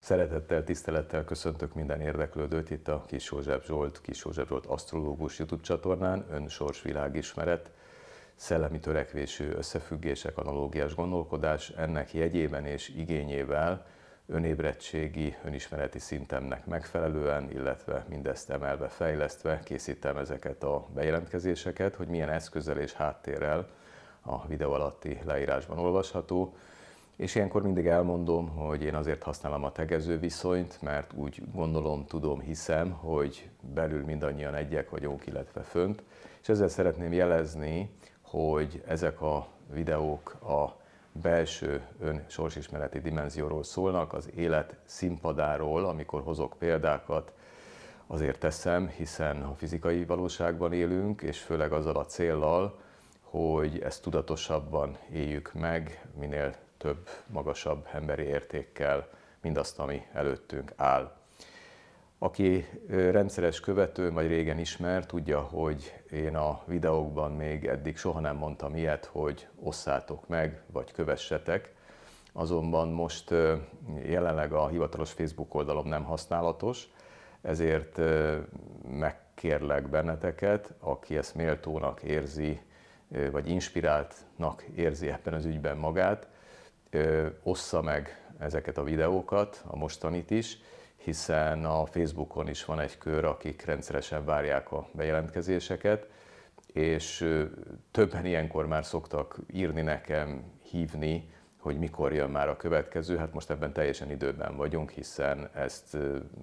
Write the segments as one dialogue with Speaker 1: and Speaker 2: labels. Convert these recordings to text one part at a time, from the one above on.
Speaker 1: Szeretettel, tisztelettel köszöntök minden érdeklődőt itt a Kiss József Zsolt asztrológus YouTube csatornán, ön sorsvilágismeret, szellemi törekvésű összefüggések, analógiás gondolkodás, ennek jegyében és igényével önébredtségi, önismereti szintemnek megfelelően, illetve mindezt emelve, fejlesztve készítem ezeket a bejelentkezéseket, hogy milyen eszközzel és háttérrel a videó alatti leírásban olvasható. És ilyenkor mindig elmondom, hogy én azért használom a tegező viszonyt, mert úgy gondolom, tudom, hiszem, hogy belül mindannyian egyek vagyunk, illetve fönt. És ezzel szeretném jelezni, hogy ezek a videók a belső sorsismereti dimenzióról szólnak, az élet színpadáról, amikor hozok példákat, azért teszem, hiszen a fizikai valóságban élünk, és főleg azzal a céllal, hogy ezt tudatosabban éljük meg, minél több, magasabb emberi értékkel mindazt, ami előttünk áll. Aki rendszeres követő, vagy régen ismer, tudja, hogy én a videókban még eddig soha nem mondtam ilyet, hogy osszátok meg, vagy kövessetek. Azonban most jelenleg a hivatalos Facebook oldalom nem használatos, ezért megkérlek benneteket, aki ezt méltónak érzi, vagy inspiráltnak érzi ebben az ügyben magát, ossza meg ezeket a videókat, a mostanit is, hiszen a Facebookon is van egy kör, akik rendszeresen várják a bejelentkezéseket, és többen ilyenkor már szoktak írni nekem, hívni, hogy mikor jön már a következő. Hát most ebben teljesen időben vagyunk, hiszen ezt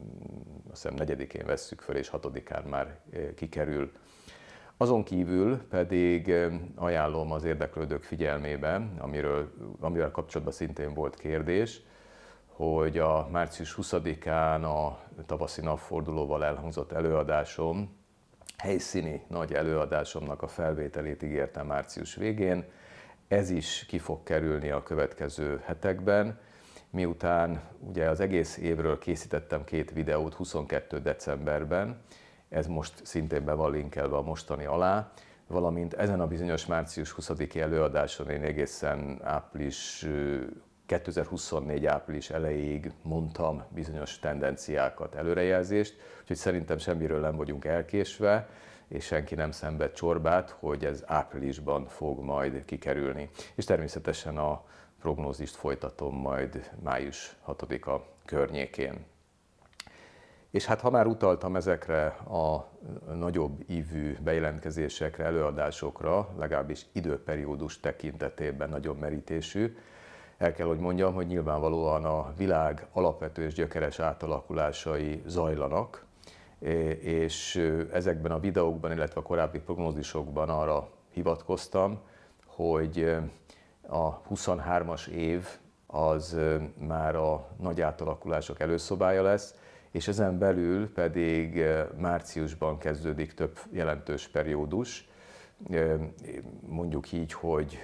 Speaker 1: azt hiszem 4-én vesszük föl, és 6-án már kikerül. Azon kívül pedig ajánlom az érdeklődők figyelmébe, amivel kapcsolatban szintén volt kérdés, hogy a március 20-án a tavaszi napfordulóval elhangzott előadásom, helyszíni nagy előadásomnak a felvételét ígértem március végén. Ez is ki fog kerülni a következő hetekben, miután ugye az egész évről készítettem 2 videót 22. decemberben, ez most szintén be van linkelve a mostani alá, valamint ezen a bizonyos március 20-i előadáson én egészen 2024 április elejéig mondtam bizonyos tendenciákat, előrejelzést, úgyhogy szerintem semmiről nem vagyunk elkésve, és senki nem szenved csorbát, hogy ez áprilisban fog majd kikerülni. És természetesen a prognózist folytatom majd május 6-a környékén. És hát ha már utaltam ezekre a nagyobb ívű bejelentkezésekre, előadásokra, legalábbis időperiódus tekintetében nagyon merítésű, el kell, hogy mondjam, hogy nyilvánvalóan a világ alapvető és gyökeres átalakulásai zajlanak, és ezekben a videókban, illetve a korábbi prognózisokban arra hivatkoztam, hogy a 23-as év az már a nagy átalakulások előszobája lesz, és ezen belül pedig márciusban kezdődik több jelentős periódus, mondjuk így, hogy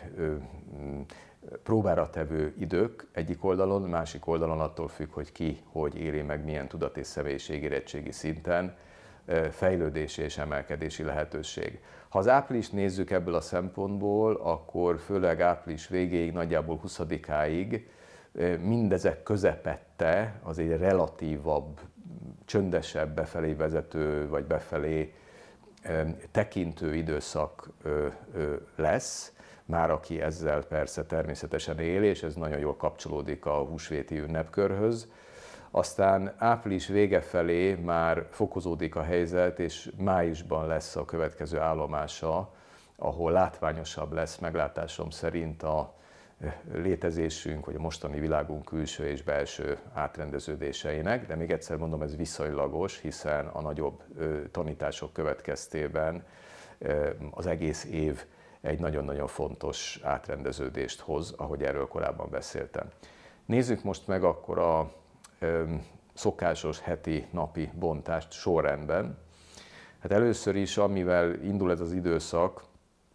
Speaker 1: próbára tevő idők egyik oldalon, másik oldalon attól függ, hogy ki, hogy éli meg, milyen tudat és személyiség érettségi szinten, fejlődési és emelkedési lehetőség. Ha az áprilist nézzük ebből a szempontból, akkor főleg április végéig, nagyjából 20-áig mindezek közepette az egy relatívabb, csöndesebb, befelé vezető vagy befelé tekintő időszak lesz, már aki ezzel persze természetesen él, és ez nagyon jól kapcsolódik a húsvéti ünnepkörhöz. Aztán április vége felé már fokozódik a helyzet, és májusban lesz a következő állomása, ahol látványosabb lesz meglátásom szerint a létezésünk, vagy a mostani világunk külső és belső átrendeződéseinek, de még egyszer mondom, ez viszonylagos, hiszen a nagyobb tanítások következtében az egész év egy nagyon-nagyon fontos átrendeződést hoz, ahogy erről korábban beszéltem. Nézzük most meg akkor a szokásos heti napi bontást sorrendben. Hát először is, amivel indul ez az időszak,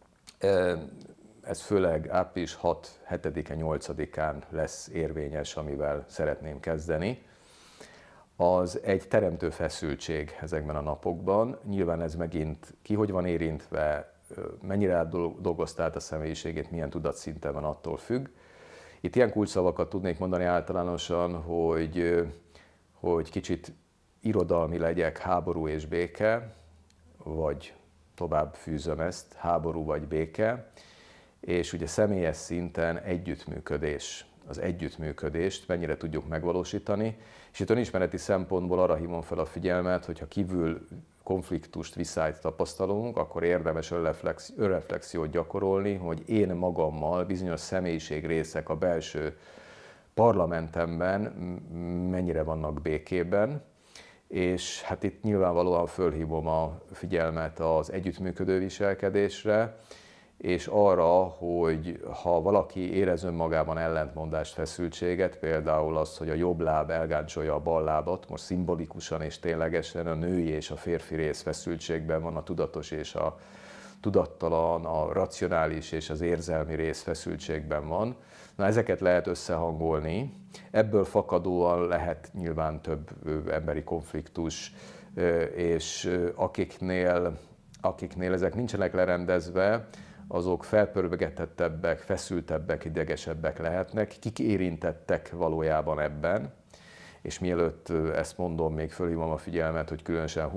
Speaker 1: ez főleg április 6, 7-e, 8-án lesz érvényes, amivel szeretném kezdeni. Az egy teremtő feszültség ezekben a napokban. Nyilván ez megint ki hogy van érintve, mennyire átdolgozta át a személyiségét, milyen tudatszinten van, attól függ. Itt ilyen kulcsszavakat tudnék mondani általánosan, hogy hogy kicsit irodalmi legyek, háború és béke, vagy tovább fűzöm ezt, háború vagy béke, és ugye személyes szinten együttműködés, az együttműködést mennyire tudjuk megvalósítani, és itt önismereti szempontból arra hívom fel a figyelmet, hogy ha kívül konfliktust, visszájt tapasztalunk, akkor érdemes önreflexiót gyakorolni, hogy én magammal bizonyos személyiségrészek a belső parlamentemben mennyire vannak békében, és hát itt nyilvánvalóan fölhívom a figyelmet az együttműködő viselkedésre, és arra, hogy ha valaki érez önmagában ellentmondást, feszültséget, például az, hogy a jobb láb elgáncsolja a bal lábat, most szimbolikusan és ténylegesen a női és a férfi rész feszültségben van, a tudatos és a tudattalan, a racionális és az érzelmi rész feszültségben van. Na, ezeket lehet összehangolni, ebből fakadóan lehet nyilván több emberi konfliktus, és akiknél ezek nincsenek lerendezve, azok felpörgetettebbek, feszültebbek, idegesebbek lehetnek, kik érintettek valójában ebben. És mielőtt ezt mondom, még fölhívom a figyelmet, hogy különösen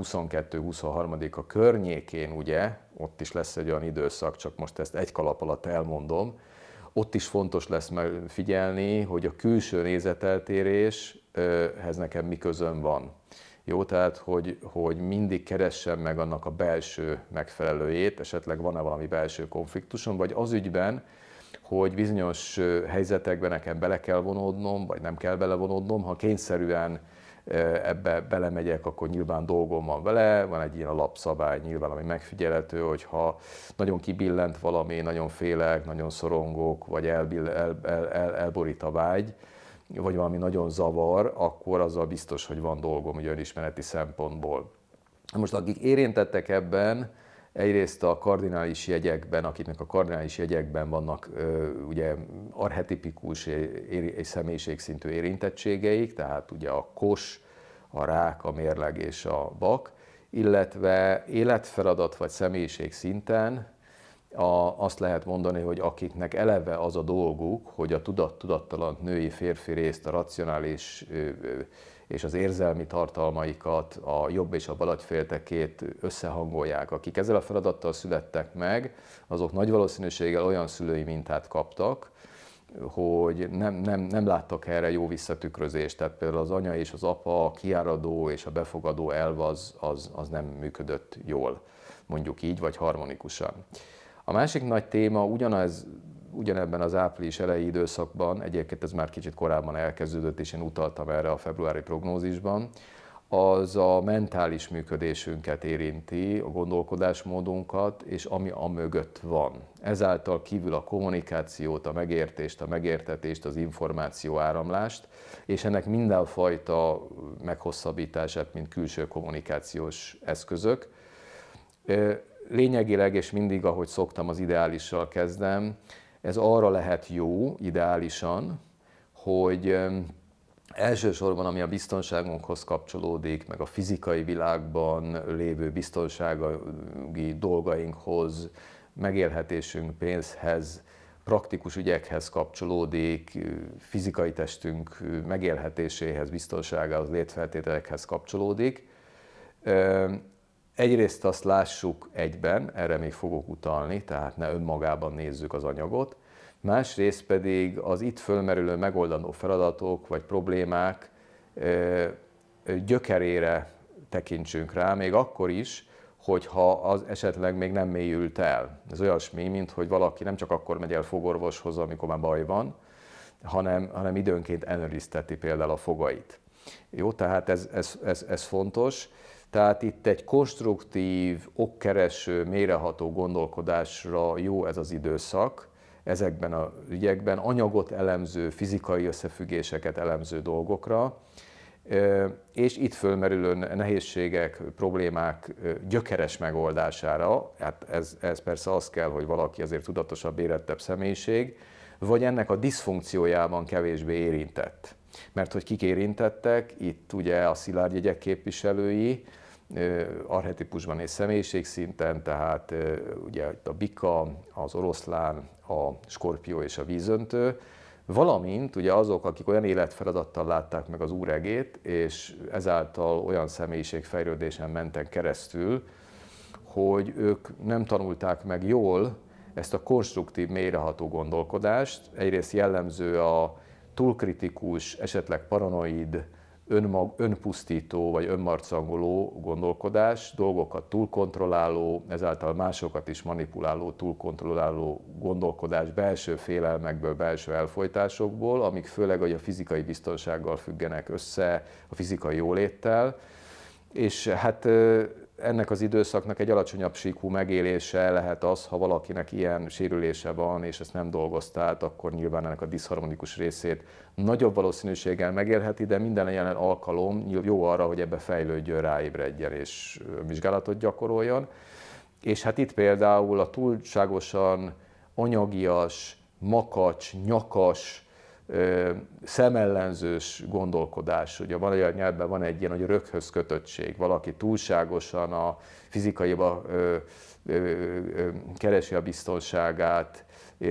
Speaker 1: 22-23 környékén, ugye, ott is lesz egy olyan időszak, csak most ezt egy kalap alatt elmondom, ott is fontos lesz figyelni, hogy a külső nézeteltéréshez nekem mi közöm van. Jó, tehát, hogy mindig keressem meg annak a belső megfelelőjét, esetleg van-e valami belső konfliktusom, vagy az ügyben, hogy bizonyos helyzetekben nekem bele kell vonódnom, vagy nem kell belevonódnom. Ha kényszerűen ebbe belemegyek, akkor nyilván dolgom van vele, van egy ilyen alapszabály nyilván, ami megfigyelhető, hogy ha nagyon kibillent valami, nagyon félek, nagyon szorongok, vagy elborít a vágy, vagy valami nagyon zavar, akkor azzal biztos, hogy van dolgom ugye önismereti szempontból. Most akik érintettek ebben, egyrészt a kardinális jegyekben, akiknek a kardinális jegyekben vannak ugye archetipikus és személyiségszintű érintettségeik, tehát ugye a kos, a rák, a mérleg és a vak, illetve életfeladat vagy személyiség szinten azt lehet mondani, hogy akiknek eleve az a dolguk, hogy a tudattalan női férfi részt, a racionális és az érzelmi tartalmaikat, a jobb és a bal agyféltekét összehangolják. Akik ezzel a feladattal születtek meg, azok nagy valószínűséggel olyan szülői mintát kaptak, hogy nem láttak erre jó visszatükrözést. Tehát például az anya és az apa, a kiáradó és a befogadó elv az nem működött jól, mondjuk így, vagy harmonikusan. A másik nagy téma ugyanebben az április elejé időszakban, egyébként ez már kicsit korábban elkezdődött, és én utaltam erre a februári prognózisban, az a mentális működésünket érinti, a gondolkodásmódunkat, és ami amögött van. Ezáltal kívül a kommunikációt, a megértést, a megértetést, az információ áramlást, és ennek mindenfajta meghosszabbítását, mint külső kommunikációs eszközök. Lényegileg, és mindig, ahogy szoktam, az ideálissal kezdem, ez arra lehet jó, ideálisan, hogy elsősorban, ami a biztonságunkhoz kapcsolódik, meg a fizikai világban lévő biztonsági dolgainkhoz, megélhetésünk, pénzhez, praktikus ügyekhez kapcsolódik, fizikai testünk megélhetéséhez, biztonságához, létfeltételekhez kapcsolódik. Egyrészt azt lássuk egyben, erre még fogok utalni, tehát ne önmagában nézzük az anyagot, másrészt pedig az itt fölmerülő megoldandó feladatok vagy problémák gyökerére tekintsünk rá, még akkor is, hogyha az esetleg még nem mélyült el. Ez olyasmi, mint hogy valaki nem csak akkor megy el fogorvoshoz, amikor már baj van, hanem időnként ellenőrizteti például a fogait. Jó, tehát ez fontos. Tehát itt egy konstruktív, okkereső, mélyreható gondolkodásra jó ez az időszak, ezekben az ügyekben, anyagot elemző, fizikai összefüggéseket elemző dolgokra, és itt fölmerülő nehézségek, problémák gyökeres megoldására, hát ez persze az kell, hogy valaki azért tudatosabb, érettebb személyiség, vagy ennek a diszfunkciójában kevésbé érintett. Mert hogy kik érintettek, itt ugye a szilárd jegyek képviselői, archetipusban és személyiségszinten, tehát ugye a bika, az oroszlán, a skorpió és a vízöntő, Valamint ugye azok, akik olyan életfeladattal látták meg az úregét, és ezáltal olyan személyiségfejlődésen mentek keresztül, hogy ők nem tanulták meg jól ezt a konstruktív, mélyreható gondolkodást. Egyrészt jellemző a túlkritikus, esetleg paranoid, önpusztító vagy önmarcangoló gondolkodás, dolgokat túlkontrolláló, ezáltal másokat is manipuláló, túlkontrolláló gondolkodás belső félelmekből, belső elfojtásokból, amik főleg a fizikai biztonsággal függenek össze, a fizikai jóléttel. És hát ennek az időszaknak egy alacsonyabb síkú megélése lehet az, ha valakinek ilyen sérülése van, és ezt nem dolgozta át, akkor nyilván ennek a diszharmonikus részét nagyobb valószínűséggel megélheti, de minden jelen alkalom jó arra, hogy ebbe fejlődjön, ráébredjen és vizsgálatot gyakoroljon. És hát itt például a túlságosan anyagias, makacs, nyakas, szemellenzős gondolkodás. Ugye a magyar nyelvben van egy ilyen, hogy röghöz kötöttség. Valaki túlságosan a fizikaiba keresi a biztonságát,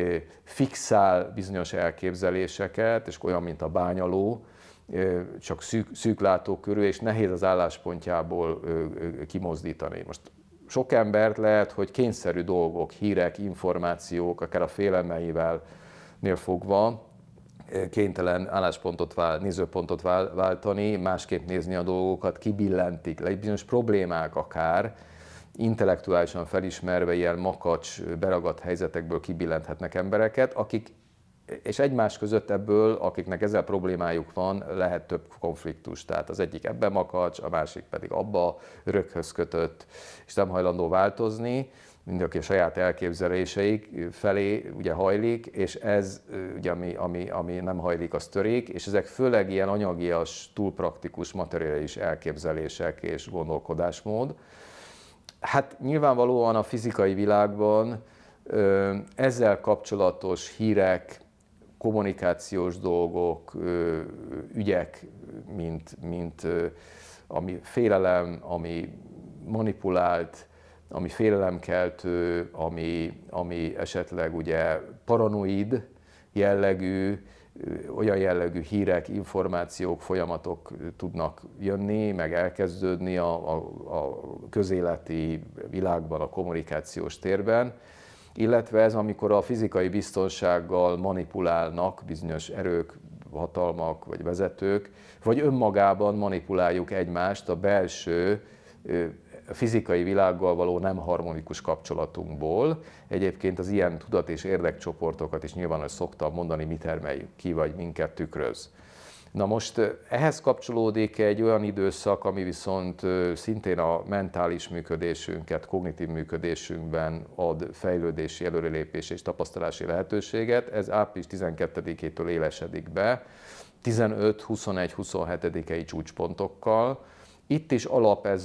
Speaker 1: fixál bizonyos elképzeléseket, és olyan, mint a bányaló, csak szűk látókörű, és nehéz az álláspontjából kimozdítani. Most sok embert lehet, hogy kényszerű dolgok, hírek, információk, akár a félelmeivel fogva, kénytelen álláspontot, nézőpontot váltani, másképp nézni a dolgokat, kibillentik, bizonyos problémák akár, intellektuálisan felismerve ilyen makacs, beragadt helyzetekből kibillenthetnek embereket, akik, és egymás között ebből, akiknek ezzel problémájuk van, lehet több konfliktus. Tehát az egyik ebben makacs, a másik pedig abba röghöz kötött, és nem hajlandó változni, mindenki a saját elképzeléseik felé ugye hajlik, és ez ugye, ami nem hajlik, az törik, és ezek főleg ilyen anyagias, túlpraktikus, materiális elképzelések és gondolkodásmód. Hát nyilvánvalóan a fizikai világban ezzel kapcsolatos hírek, kommunikációs dolgok, ügyek, mint ami félelem, ami manipulált, ami félelemkeltő, ami esetleg ugye paranoid jellegű, olyan jellegű hírek, információk, folyamatok tudnak jönni, meg elkezdődni a közéleti világban, a kommunikációs térben, illetve ez, amikor a fizikai biztonsággal manipulálnak bizonyos erők, hatalmak vagy vezetők, vagy önmagában manipuláljuk egymást a belső a fizikai világgal való nem harmonikus kapcsolatunkból. Egyébként az ilyen tudat- és érdekcsoportokat is nyilván szoktam mondani, mi termeljük ki, vagy minket tükröz. Na most ehhez kapcsolódik egy olyan időszak, ami viszont szintén a mentális működésünket, kognitív működésünkben ad fejlődési, előrelépési és tapasztalási lehetőséget. Ez április 12-től élesedik be, 15, 21, 27-i csúcspontokkal. Itt is alap ez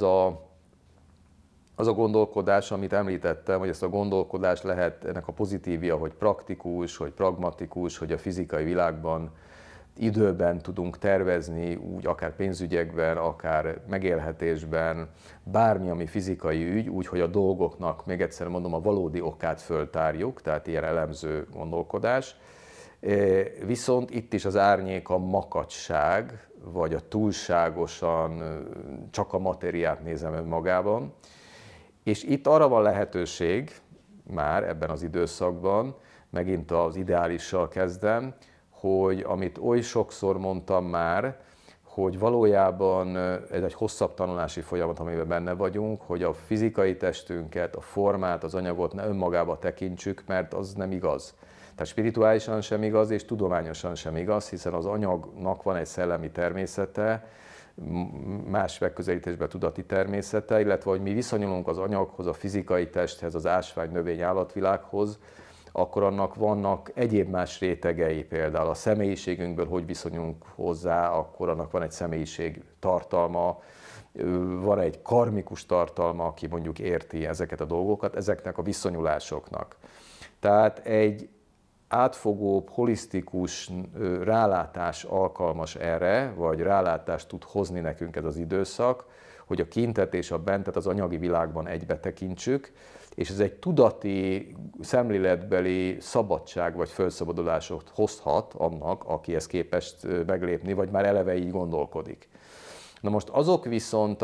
Speaker 1: az a gondolkodás, amit említettem, hogy ezt a gondolkodást lehet, ennek a pozitívja, hogy praktikus, hogy pragmatikus, hogy a fizikai világban időben tudunk tervezni, úgy akár pénzügyekben, akár megélhetésben, bármi, ami fizikai ügy, úgy, hogy a dolgoknak, még egyszer mondom, a valódi okát föltárjuk, tehát ilyen elemző gondolkodás. Viszont itt is az árnyék a makacsság, vagy a túlságosan csak a materiát nézem önmagában. És itt arra van lehetőség, már ebben az időszakban, megint az ideálissal kezdem, hogy amit oly sokszor mondtam már, hogy valójában ez egy hosszabb tanulási folyamat, amiben benne vagyunk, hogy a fizikai testünket, a formát, az anyagot ne önmagába tekintsük, mert az nem igaz. Tehát spirituálisan sem igaz, és tudományosan sem igaz, hiszen az anyagnak van egy szellemi természete, más megközelítésben tudati természete, illetve hogy mi viszonyulunk az anyaghoz, a fizikai testhez, az ásvány, növény, állatvilághoz, akkor annak vannak egyéb más rétegei, például a személyiségünkből hogy viszonyulunk hozzá, akkor annak van egy személyiség tartalma, van egy karmikus tartalma, aki mondjuk érti ezeket a dolgokat, ezeknek a viszonyulásoknak. Tehát egy átfogóbb, holisztikus rálátás alkalmas erre, vagy rálátást tud hozni nekünk ez az időszak, hogy a kintet és a bentet az anyagi világban egybe tekintsük, és ez egy tudati, szemléletbeli szabadság vagy felszabadulásot hozhat annak, aki ezt képes meglépni, vagy már eleve így gondolkodik. Na most azok viszont,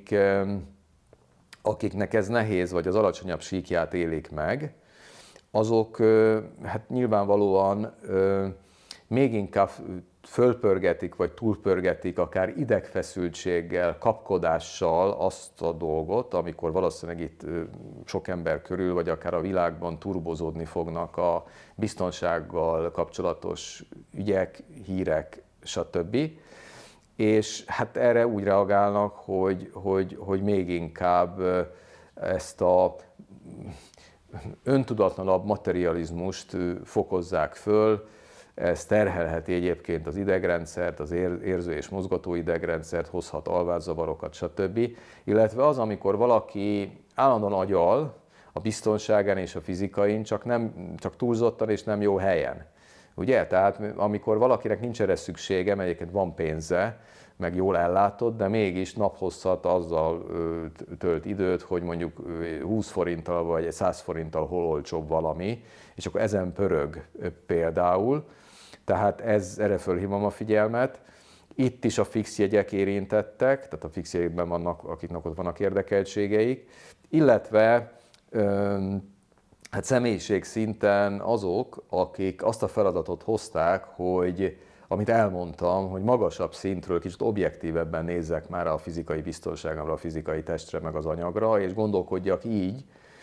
Speaker 1: akiknek ez nehéz, vagy az alacsonyabb síkját élik meg, azok hát nyilvánvalóan még inkább fölpörgetik, vagy túlpörgetik akár idegfeszültséggel, kapkodással azt a dolgot, amikor valószínűleg itt sok ember körül, vagy akár a világban turbozódni fognak a biztonsággal kapcsolatos ügyek, hírek, stb. És hát erre úgy reagálnak, hogy még inkább ezt a öntudatlanabb materializmust fokozzák föl. Ez terhelheti egyébként az idegrendszert, az érző és mozgató idegrendszert, hozhat alvászavarokat, stb. Illetve az, amikor valaki állandóan agyal a biztonságán és a fizikain, csak túlzottan és nem jó helyen. Ugye? Tehát amikor valakinek nincs erre szüksége, mert egyébként van pénze, meg jól ellátott, de mégis naphosszat azzal tölt időt, hogy mondjuk 20 forinttal vagy 100 forinttal hol olcsóbb valami, és akkor ezen pörög például. Tehát erre fölhívom a figyelmet. Itt is a fix jegyek érintettek, tehát a fix jegyekben vannak, akiknek ott vannak érdekeltségeik, illetve hát személyiség szinten azok, akik azt a feladatot hozták, hogy amit elmondtam, hogy magasabb szintről kicsit objektívebben nézzek már a fizikai biztonságra, a fizikai testre, meg az anyagra, és gondolkodjak így,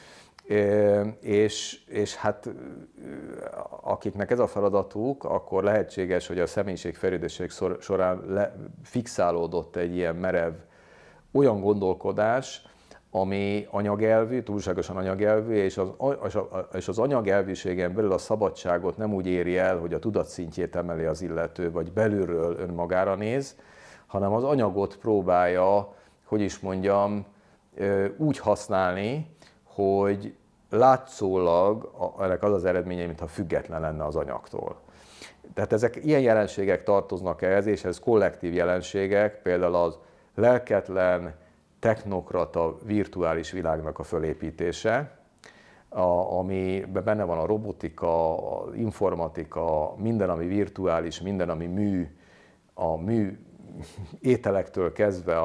Speaker 1: és hát akiknek ez a feladatuk, akkor lehetséges, hogy a személyiségfejlődések során fixálódott egy ilyen merev olyan gondolkodás, ami anyagelvű, túlságosan anyagelvű, és az anyagelvűségen belül a szabadságot nem úgy éri el, hogy a tudatszintjét emeli az illető, vagy belülről önmagára néz, hanem az anyagot próbálja, hogy is mondjam, úgy használni, hogy látszólag ennek az az eredménye, mintha független lenne az anyagtól. Tehát ezek ilyen jelenségek tartoznak ehhez, és ez kollektív jelenségek, például az lelketlen, technokrata virtuális világnak a fölépítése, amiben benne van a robotika, az informatika, minden, ami virtuális, minden, ami a mű ételektől kezdve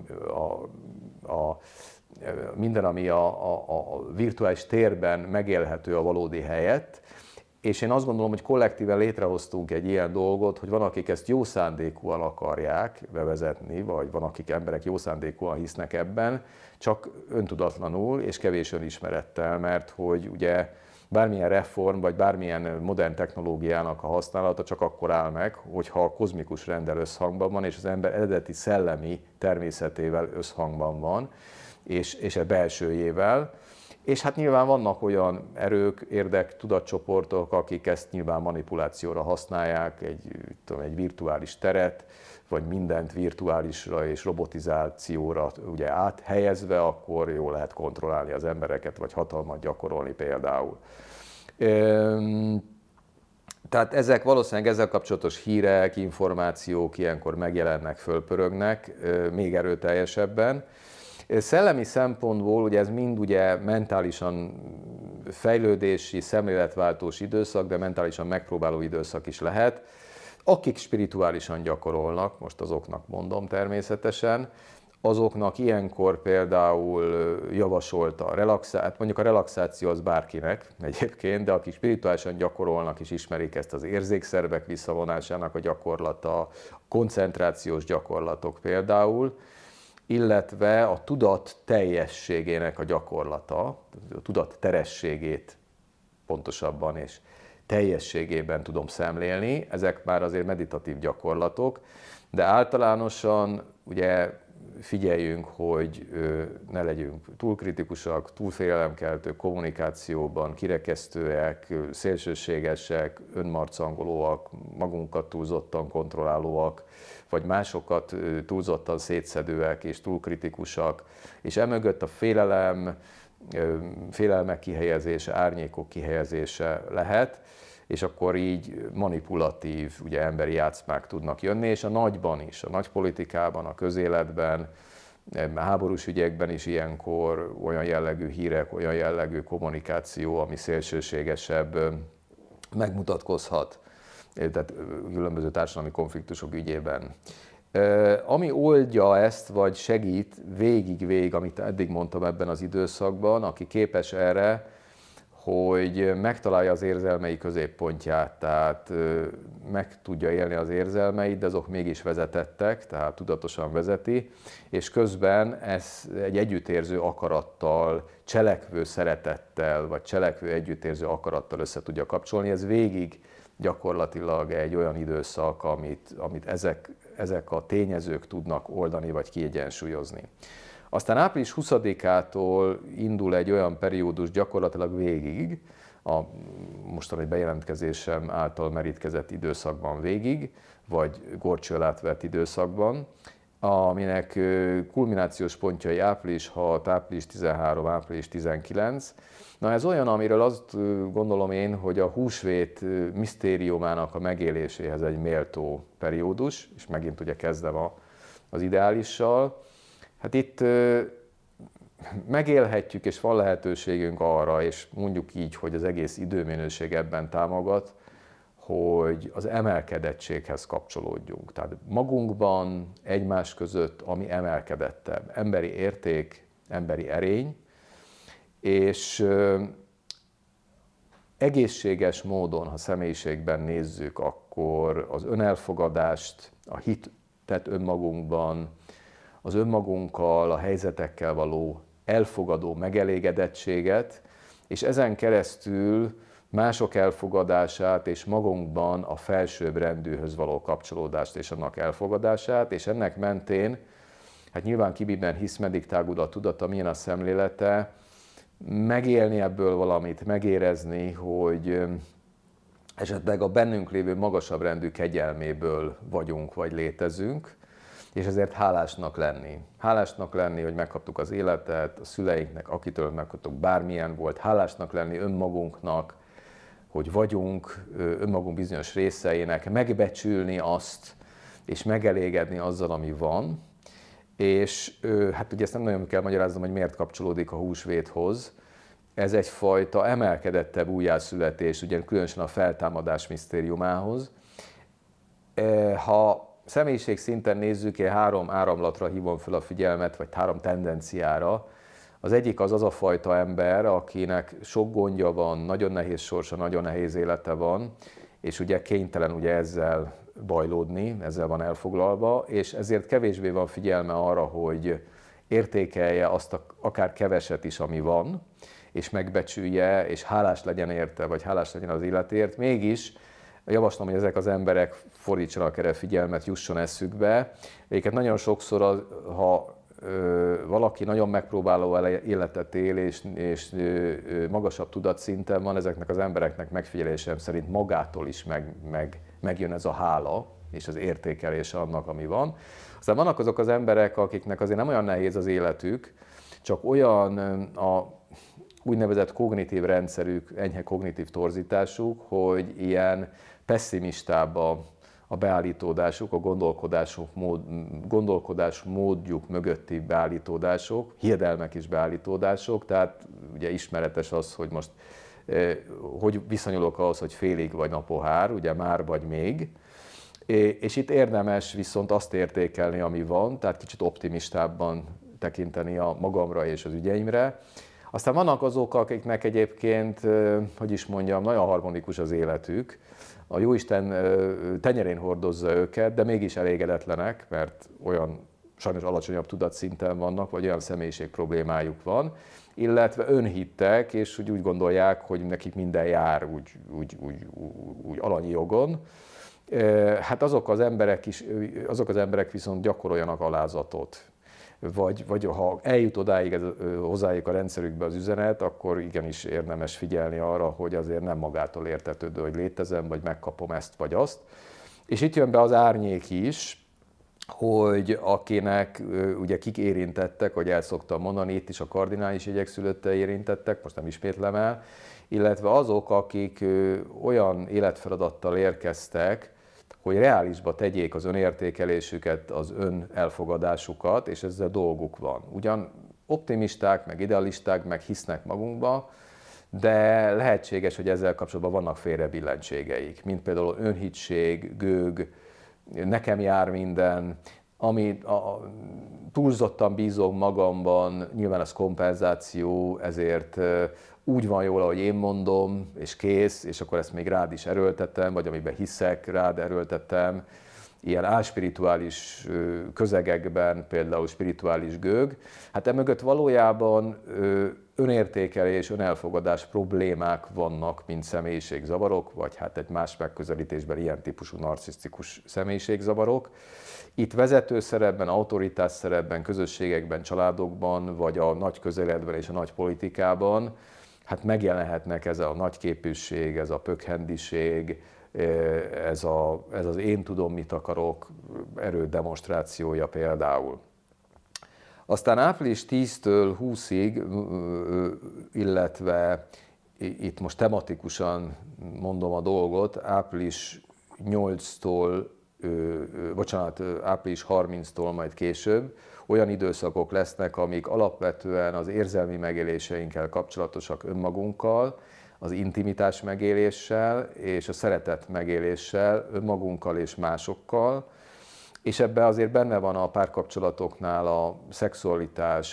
Speaker 1: minden, ami a virtuális térben megélhető a valódi helyett. És én azt gondolom, hogy kollektíven létrehoztunk egy ilyen dolgot, hogy van, akik ezt jó szándékúan akarják bevezetni, vagy van, akik emberek jó szándékúan hisznek ebben, csak öntudatlanul és kevés önismerettel, mert hogy ugye bármilyen reform, vagy bármilyen modern technológiának a használata csak akkor áll meg, hogyha a kozmikus renddel összhangban van, és az ember eredeti szellemi természetével összhangban van, és a belsőjével. És hát nyilván vannak olyan erők, tudatcsoportok, akik ezt nyilván manipulációra használják, egy virtuális teret, vagy mindent virtuálisra és robotizációra ugye áthelyezve, akkor jól lehet kontrollálni az embereket, vagy hatalmat gyakorolni például. Tehát ezek valószínűleg ezzel kapcsolatos hírek, információk ilyenkor megjelennek, fölpörögnek még erőteljesebben. Szellemi szempontból ugye ez mind ugye mentálisan fejlődési, szemléletváltós időszak, de mentálisan megpróbáló időszak is lehet. Akik spirituálisan gyakorolnak, most azoknak mondom természetesen, azoknak ilyenkor például javasolt a relaxáció, mondjuk a relaxáció az bárkinek egyébként, de akik spirituálisan gyakorolnak és ismerik ezt az érzékszervek visszavonásának a gyakorlata, a koncentrációs gyakorlatok például, illetve a tudat teljességének a gyakorlata, a tudat terességét pontosabban és teljességében tudom szemlélni. Ezek már azért meditatív gyakorlatok, de általánosan ugye figyeljünk, hogy ne legyünk túl kritikusak, túl félelemkeltők kommunikációban, kirekesztőek, szélsőségesek, önmarcangolóak, magunkat túlzottan kontrollálóak, vagy másokat túlzottan szétszedőek és túl kritikusak, és emögött a félelmek kihelyezése, árnyékok kihelyezése lehet, és akkor így manipulatív, ugye emberi játszmák tudnak jönni, és a nagyban is, a nagy politikában, a közéletben, háborús ügyekben is ilyenkor olyan jellegű hírek, olyan jellegű kommunikáció, ami szélsőségesebb, megmutatkozhat, tehát különböző társadalmi konfliktusok ügyében. Ami oldja ezt, vagy segít végig, amit eddig mondtam ebben az időszakban, aki képes erre, hogy megtalálja az érzelmei középpontját, tehát meg tudja élni az érzelmeit, de azok mégis vezetettek, tehát tudatosan vezeti, és közben ez egy együttérző akarattal, cselekvő szeretettel, vagy cselekvő együttérző akarattal össze tudja kapcsolni. Ez végig gyakorlatilag egy olyan időszak, amit ezek a tényezők tudnak oldani, vagy kiegyensúlyozni. Aztán április 20-ától indul egy olyan periódus gyakorlatilag végig, a mostani bejelentkezésem által merítkezett időszakban végig, vagy górcső alá vett időszakban, aminek kulminációs pontjai április 6, április 13, április 19. Na ez olyan, amiről azt gondolom én, hogy a húsvét misztériumának a megéléséhez egy méltó periódus, és megint ugye kezdem az ideálissal. Hát itt megélhetjük, és van lehetőségünk arra, és mondjuk így, hogy az egész időminőség ebben támogat, hogy az emelkedettséghez kapcsolódjunk. Tehát magunkban, egymás között, ami emelkedettebb, emberi érték, emberi erény, és egészséges módon, ha személyiségben nézzük, akkor az önelfogadást, a hitet önmagunkban, az önmagunkkal, a helyzetekkel való elfogadó megelégedettséget, és ezen keresztül mások elfogadását és magunkban a felsőbb rendűhöz való kapcsolódást és annak elfogadását, és ennek mentén, hát nyilván ki miben hisz, meddig tágul a tudata, milyen a szemlélete, megélni ebből valamit, megérezni, hogy esetleg a bennünk lévő magasabb rendű kegyelméből vagyunk vagy létezünk, és ezért hálásnak lenni. Hálásnak lenni, hogy megkaptuk az életet, a szüleinknek, akitől megkaptuk, bármilyen volt, hálásnak lenni önmagunknak, hogy vagyunk, önmagunk bizonyos részeinek, megbecsülni azt, és megelégedni azzal, ami van. És hát ugye ezt nem nagyon kell magyaráznom, hogy miért kapcsolódik a húsvéthoz. Ez egyfajta emelkedettebb újjászületés, ugye különösen a feltámadás misztériumához. Ha személyiség szinten nézzük, én 3 áramlatra hívom fel a figyelmet, vagy 3 tendenciára. Az egyik az a fajta ember, akinek sok gondja van, nagyon nehéz sorsa, nagyon nehéz élete van, és ugye kénytelen ugye ezzel bajlódni, ezzel van elfoglalva, és ezért kevésbé van figyelme arra, hogy értékelje azt akár keveset is, ami van, és megbecsülje, és hálás legyen érte, vagy hálás legyen az életért. Mégis javaslom, hogy ezek az emberek fordítsanak erre figyelmet, jusson eszükbe. Egyébként nagyon sokszor, ha valaki nagyon megpróbáló életet él, és magasabb tudatszinten van, ezeknek az embereknek megfigyelésem szerint magától is megjön ez a hála, és az értékelése annak, ami van. Aztán vannak azok az emberek, akiknek azért nem olyan nehéz az életük, csak olyan a úgynevezett kognitív rendszerük, enyhe kognitív torzításuk, hogy ilyen pesszimistább a beállítódásuk, a gondolkodás módjuk mögötti beállítódások, hiedelmek is beállítódások, tehát ugye ismeretes az, hogy most hogy viszonyulok ahhoz, hogy félig vagy napohár, ugye már vagy még, és itt érdemes viszont azt értékelni, ami van, tehát kicsit optimistábban tekinteni a magamra és az ügyeimre. Aztán vannak azok, akiknek egyébként, hogy is mondjam, nagyon harmonikus az életük, a Jóisten tenyerén hordozza őket, de mégis elégedetlenek, mert olyan sajnos alacsonyabb tudatszinten vannak, vagy olyan személyiség problémájuk van, illetve önhittek, és úgy gondolják, hogy nekik minden jár úgy alanyi jogon. Hát azok az emberek viszont gyakoroljanak alázatot. Vagy ha eljut odáig hozzájuk a rendszerükbe az üzenet, akkor igenis érdemes figyelni arra, hogy azért nem magától értetődő, hogy létezem, vagy megkapom ezt vagy azt. És itt jön be az árnyék is, hogy akinek ugye kik érintettek, hogy el szoktam mondani, itt is a kardinális jegyek szülöttei érintettek, most nem ismétlem el, illetve azok, akik olyan életfeladattal érkeztek, hogy reálisba tegyék az önértékelésüket, az önelfogadásukat, és ezzel dolguk van. Ugyan optimisták, meg idealisták, meg hisznek magunkba, de lehetséges, hogy ezzel kapcsolatban vannak félrebillentségeik, mint például önhittség, gőg, nekem jár minden, túlzottan bízom magamban, nyilván ez kompenzáció, ezért úgy van jól, ahogy én mondom, és kész, és akkor ezt még rád is erőltetem, vagy amiben hiszek, rád erőltetem. Ilyen álspirituális közegekben, például spirituális gőg. Hát emögött valójában önértékelés, önelfogadás problémák vannak, mint személyiségzavarok, vagy hát egy más megközelítésben ilyen típusú narcisztikus személyiségzavarok. Itt vezető szerepben, autoritás szerepben, közösségekben, családokban, vagy a nagy közeledben és a nagy politikában, hát megjelenhetnek ez a nagyképűség, ez a pökhendiség, ez az én tudom, mit akarok erődemonstrációja például. Aztán április 10-től 20-ig, illetve itt most tematikusan mondom a dolgot, április 8-tól, április 30-tól majd később olyan időszakok lesznek, amik alapvetően az érzelmi megéléseinkkel kapcsolatosak önmagunkkal, az intimitás megéléssel és a szeretet megéléssel önmagunkkal és másokkal, és ebben azért benne van a párkapcsolatoknál a szexualitás,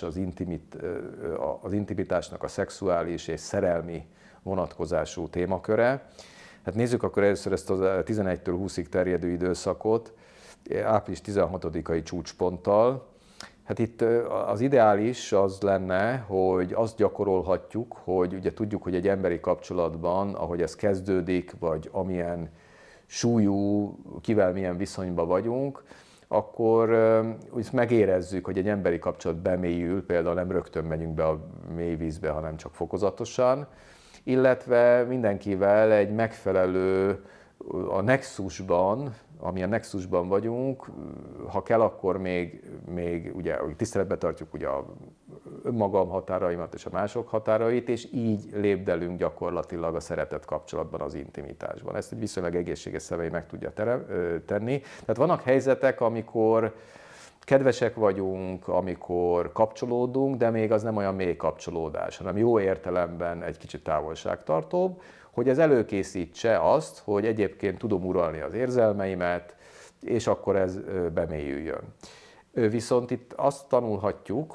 Speaker 1: az intimitásnak a szexuális és szerelmi vonatkozású témaköre. Hát nézzük akkor először ezt a 11-től 20-ig terjedő időszakot, április 16-ai csúcsponttal. Hát itt az ideális az lenne, hogy azt gyakorolhatjuk, hogy ugye tudjuk, hogy egy emberi kapcsolatban, ahogy ez kezdődik, vagy amilyen súlyú, kivel milyen viszonyban vagyunk, akkor úgy megérezzük, hogy egy emberi kapcsolat bemélyül, például nem rögtön megyünk be a mély vízbe, hanem csak fokozatosan, illetve mindenkivel egy megfelelő, a nexusban, amilyen nexusban vagyunk, ha kell, akkor még ugye tiszteletbe tartjuk ugye a önmagam határaimat és a mások határait, és így lépdelünk gyakorlatilag a szeretet kapcsolatban, az intimitásban. Ezt egy viszonylag egészséges személy meg tudja tenni. Tehát vannak helyzetek, amikor kedvesek vagyunk, amikor kapcsolódunk, de még az nem olyan mély kapcsolódás, hanem jó értelemben egy kicsit távolságtartóbb, hogy ez előkészítse azt, hogy egyébként tudom uralni az érzelmeimet, és akkor ez bemélyüljön. Viszont itt azt tanulhatjuk,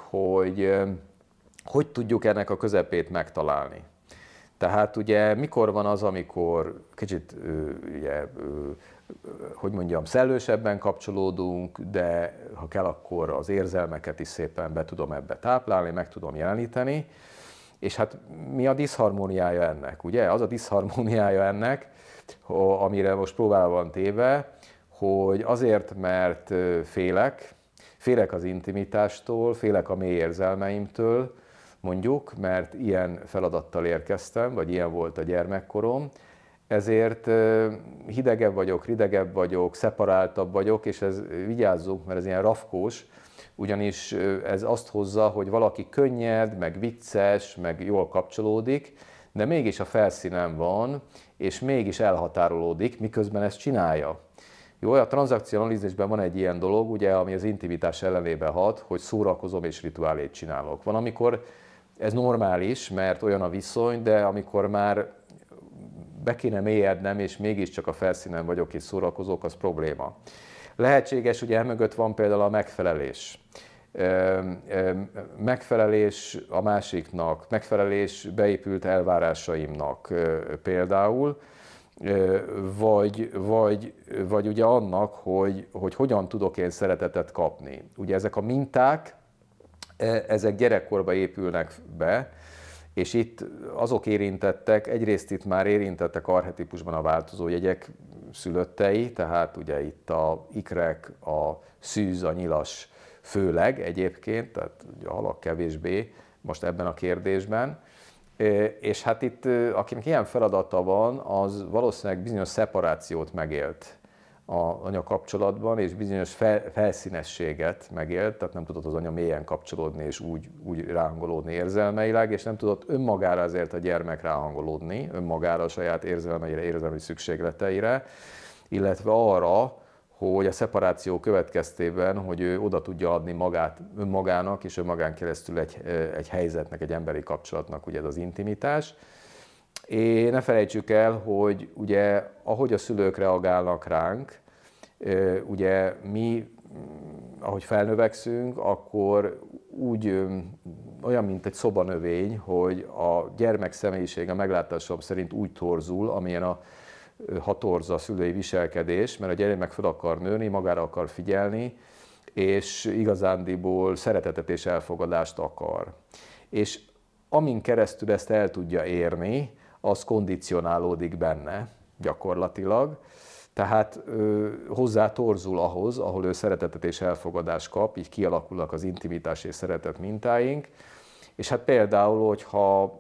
Speaker 1: hogy tudjuk ennek a közepét megtalálni. Tehát ugye mikor van az, amikor kicsit hogy mondjam, szellősebben kapcsolódunk, de ha kell, akkor az érzelmeket is szépen be tudom ebbe táplálni, meg tudom jeleníteni. És hát mi a diszharmóniája ennek, ugye? Az a diszharmóniája ennek, amire most próbálva van téve, hogy azért, mert félek az intimitástól, félek a mély érzelmeimtől, mondjuk, mert ilyen feladattal érkeztem, vagy ilyen volt a gyermekkorom, ezért hidegebb vagyok, ridegebb vagyok, szeparáltabb vagyok, és ez vigyázzunk, mert ez ilyen rafkós, ugyanis ez azt hozza, hogy valaki könnyed, meg vicces, meg jól kapcsolódik, de mégis a felszínen van, és mégis elhatárolódik, miközben ezt csinálja. Jó, a tranzakcionalizmusban van egy ilyen dolog, ugye, ami az intimitás ellenébe hat, hogy szórakozom és rituálét csinálok. Van, amikor ez normális, mert olyan a viszony, de amikor már be kéne mélyednem, és mégiscsak a felszínen vagyok és szórakozok, az probléma. Lehetséges, ugye emögött van például a megfelelés. Megfelelés a másiknak, megfelelés beépült elvárásaimnak például, vagy ugye annak, hogy hogyan tudok én szeretetet kapni. Ugye ezek a minták, ezek gyerekkorba épülnek be, és itt azok érintettek, egyrészt itt már érintettek archetípusban a változójegyek szülöttei, tehát ugye itt a ikrek, a szűz, a nyilas főleg egyébként, tehát a halak kevésbé most ebben a kérdésben. És hát itt, akinek ilyen feladata van, az valószínűleg bizonyos szeparációt megélt az anya kapcsolatban, és bizonyos felszínességet megélt, tehát nem tudott az anya mélyen kapcsolódni, és úgy ráhangolódni érzelmeileg, és nem tudott önmagára ezért a gyermek ráhangolódni, önmagára, a saját érzelmeire, érzelmi szükségleteire. illetve arra, hogy a szeparáció következtében, hogy ő oda tudja adni magát önmagának, és önmagán keresztül egy helyzetnek, egy emberi kapcsolatnak, ugye ez az intimitás. És ne felejtsük el, hogy ugye ahogy a szülők reagálnak ránk, ugye mi, ahogy felnövekszünk, akkor úgy olyan, mint egy szobanövény, hogy a gyermek személyisége meglátásom szerint úgy torzul, amilyen ha torz a szülői viselkedés, mert a gyermek fel akar nőni, magára akar figyelni, és igazándiból szeretetet és elfogadást akar. És amin keresztül ezt el tudja érni, az kondicionálódik benne gyakorlatilag. Tehát hozzá torzul ahhoz, ahol ő szeretetet és elfogadást kap, így kialakulnak az intimitás és szeretet mintáink. És hát például, hogyha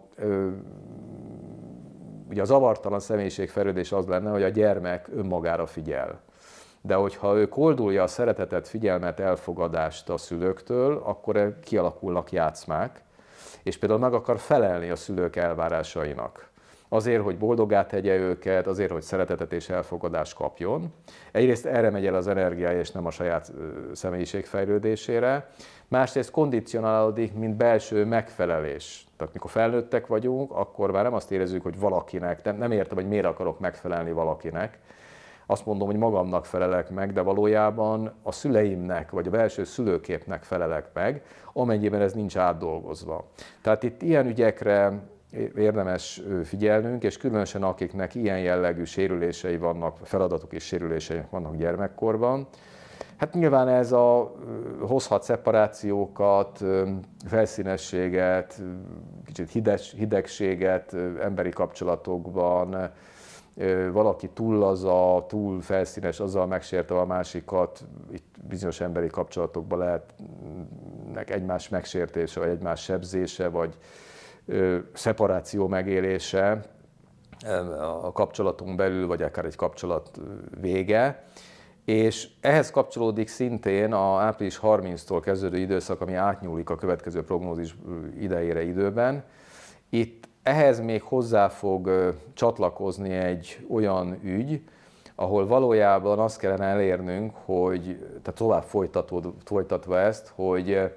Speaker 1: ugye a zavartalan személyiségfejlődés az lenne, hogy a gyermek önmagára figyel. De hogyha ő koldulja a szeretetet, figyelmet, elfogadást a szülőktől, akkor kialakulnak játszmák, és például meg akar felelni a szülők elvárásainak. Azért, hogy boldoggá tegye őket, azért, hogy szeretetet és elfogadást kapjon. Egyrészt erre megy el az energiája, és nem a saját személyiségfejlődésére. Másrészt kondicionálódik, mint belső megfelelés. Tehát mikor felnőttek vagyunk, akkor már nem azt érezzük, hogy valakinek, nem értem, hogy miért akarok megfelelni valakinek. Azt mondom, hogy magamnak felelek meg, de valójában a szüleimnek, vagy a belső szülőképnek felelek meg, amennyiben ez nincs átdolgozva. Tehát itt ilyen ügyekre érdemes figyelnünk, és különösen akiknek ilyen jellegű sérülései vannak, feladatok és sérülései vannak gyermekkorban. Hát nyilván ez hozhat szeparációkat, felszínességet, kicsit hidegséget emberi kapcsolatokban, valaki túl laza, túl felszínes, azzal megsértve a másikat, itt bizonyos emberi kapcsolatokban lehetnek egymás megsértése, vagy egymás sebzése, vagy szeparáció megélése a kapcsolatunk belül, vagy akár egy kapcsolat vége. És ehhez kapcsolódik szintén a április 30-tól kezdődő időszak, ami átnyúlik a következő prognózis idejére időben. Itt ehhez még hozzá fog csatlakozni egy olyan ügy, ahol valójában azt kellene elérnünk, hogy, tehát tovább folytatva ezt, hogy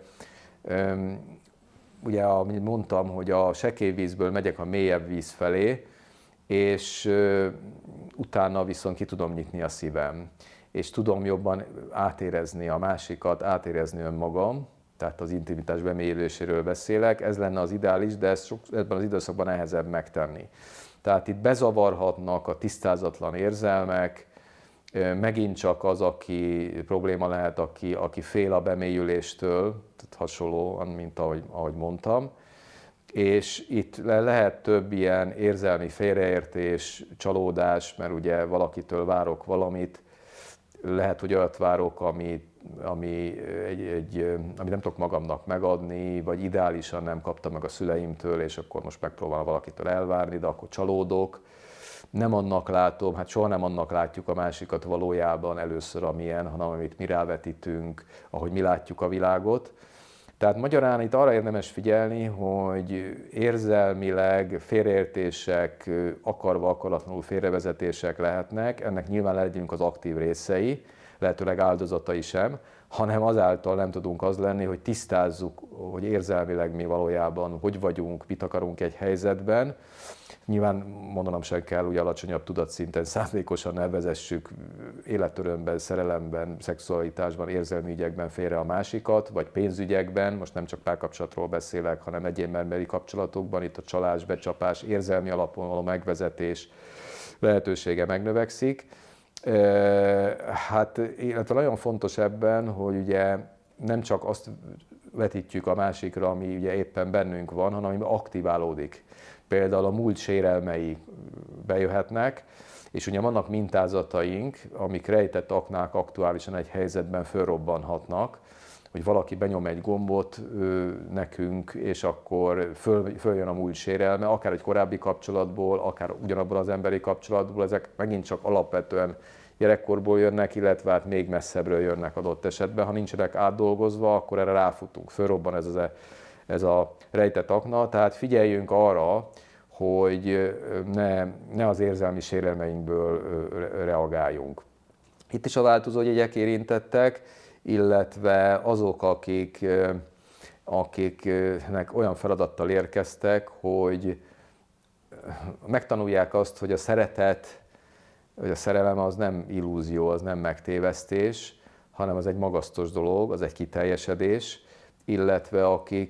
Speaker 1: ugye, amit mondtam, hogy a sekélyvízből megyek a mélyebb víz felé, és utána viszont ki tudom nyitni a szívem, és tudom jobban átérezni a másikat, átérezni önmagam, tehát az intimitás bemélyüléséről beszélek, ez lenne az ideális, de ezt ebben az időszakban nehezebb megtenni. Tehát itt bezavarhatnak a tisztázatlan érzelmek, megint csak az, aki probléma lehet, aki fél a bemélyüléstől, tehát hasonlóan, mint ahogy mondtam. És itt lehet több ilyen érzelmi félreértés, csalódás, mert ugye valakitől várok valamit, lehet, hogy olyat várok, ami nem tudok magamnak megadni, vagy ideálisan nem kaptam meg a szüleimtől, és akkor most megpróbálom valakitől elvárni, de akkor csalódok. Nem annak látom, hát soha nem annak látjuk a másikat valójában először, amilyen, hanem amit mi rávetítünk, ahogy mi látjuk a világot. Tehát magyarán itt arra érdemes figyelni, hogy érzelmileg félreértések, akarva akaratlanul félrevezetések lehetnek, ennek nyilván legyünk az aktív részei, lehetőleg áldozatai sem, hanem azáltal nem tudunk az lenni, hogy tisztázzuk, hogy érzelmileg mi valójában hogy vagyunk, mit akarunk egy helyzetben. Nyilván mondanom sem kell, hogy alacsonyabb tudatszinten szándékosan ne vezessük életörömben, szerelemben, szexualitásban, érzelmi ügyekben félre a másikat, vagy pénzügyekben, most nem csak párkapcsolatról beszélek, hanem egyéb emberi kapcsolatokban, itt a csalás, becsapás, érzelmi alapon való megvezetés lehetősége megnövekszik. Hát, illetve nagyon fontos ebben, hogy ugye nem csak azt vetítjük a másikra, ami ugye éppen bennünk van, hanem ami aktiválódik. Például a múlt sérelmei bejöhetnek, és ugye vannak mintázataink, amik rejtett aknák aktuálisan egy helyzetben fölrobbanhatnak, hogy valaki benyom egy gombot nekünk, és akkor följön a múlt sérelme, akár egy korábbi kapcsolatból, akár ugyanabból az emberi kapcsolatból, ezek megint csak alapvetően gyerekkorból jönnek, illetve hát még messzebbről jönnek adott esetben. Ha nincsenek átdolgozva, akkor erre ráfutunk, fölrobban ez a rejtett akna, tehát figyeljünk arra, hogy ne az érzelmi sérelmeinkből reagáljunk. Itt is a változójegyek érintettek, illetve azok, akiknek olyan feladattal érkeztek, hogy megtanulják azt, hogy a szeretet, vagy a szerelem az nem illúzió, az nem megtévesztés, hanem az egy magasztos dolog, az egy kiteljesedés, illetve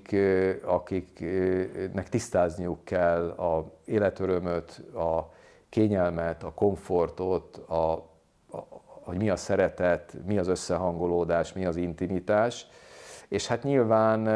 Speaker 1: akiknek tisztázniuk kell az életörömöt, a kényelmet, a komfortot, hogy mi a szeretet, mi az összehangolódás, mi az intimitás. És hát nyilván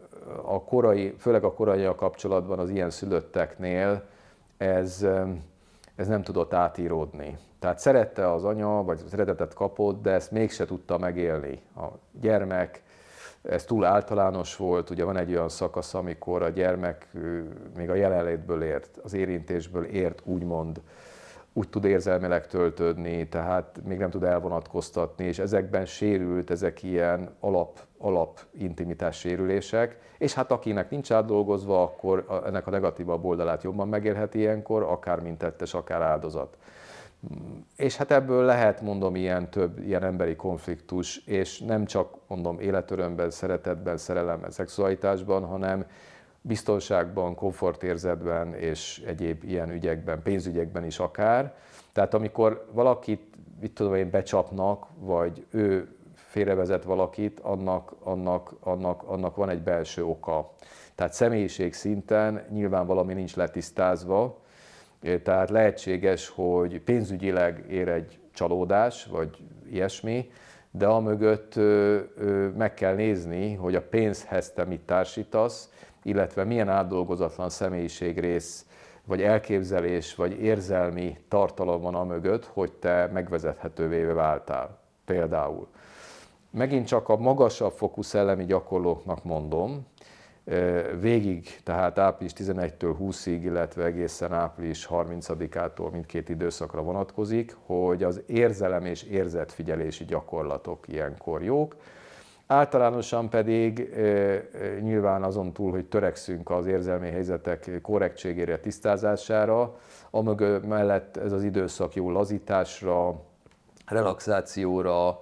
Speaker 1: főleg a korai kapcsolatban az ilyen szülötteknél ez nem tudott átíródni. Tehát szerette az anya, vagy szeretetet kapott, de ezt mégse tudta megélni. A gyermek, ez túl általános volt, ugye van egy olyan szakasz, amikor a gyermek még a jelenlétből ért, az érintésből ért, úgymond, úgy tud érzelmileg töltődni, tehát még nem tud elvonatkoztatni, és ezekben sérült, ezek ilyen alap intimitás sérülések, és hát akinek nincs átdolgozva, akkor ennek a negatívabb oldalát jobban megélheti ilyenkor, akár mint tettes, akár áldozat. És hát ebből lehet, mondom, több ilyen emberi konfliktus, és nem csak, mondom, életörömben, szeretetben, szerelemben, szexualitásban, hanem biztonságban, komfortérzetben és egyéb ilyen ügyekben, pénzügyekben is akár. Tehát amikor valakit, mit tudom én, becsapnak, vagy ő félrevezet valakit, annak van egy belső oka. Tehát személyiség szinten nyilván valami nincs letisztázva, tehát lehetséges, hogy pénzügyileg ér egy csalódás, vagy ilyesmi, de amögött meg kell nézni, hogy a pénzhez te mit társítasz, illetve milyen átdolgozatlan személyiségrész, vagy elképzelés, vagy érzelmi tartalom van amögött, hogy te megvezethetővé váltál. Például. Megint csak a magasabb fokú szellemi gyakorlóknak mondom, végig, tehát április 11-től 20-ig, illetve egészen április 30-ától mindkét időszakra vonatkozik, hogy az érzelem és érzetfigyelési gyakorlatok ilyenkor jók. Általánosan pedig nyilván azon túl, hogy törekszünk az érzelmi helyzetek korrektségére, tisztázására, mellett ez az időszak jó lazításra, relaxációra,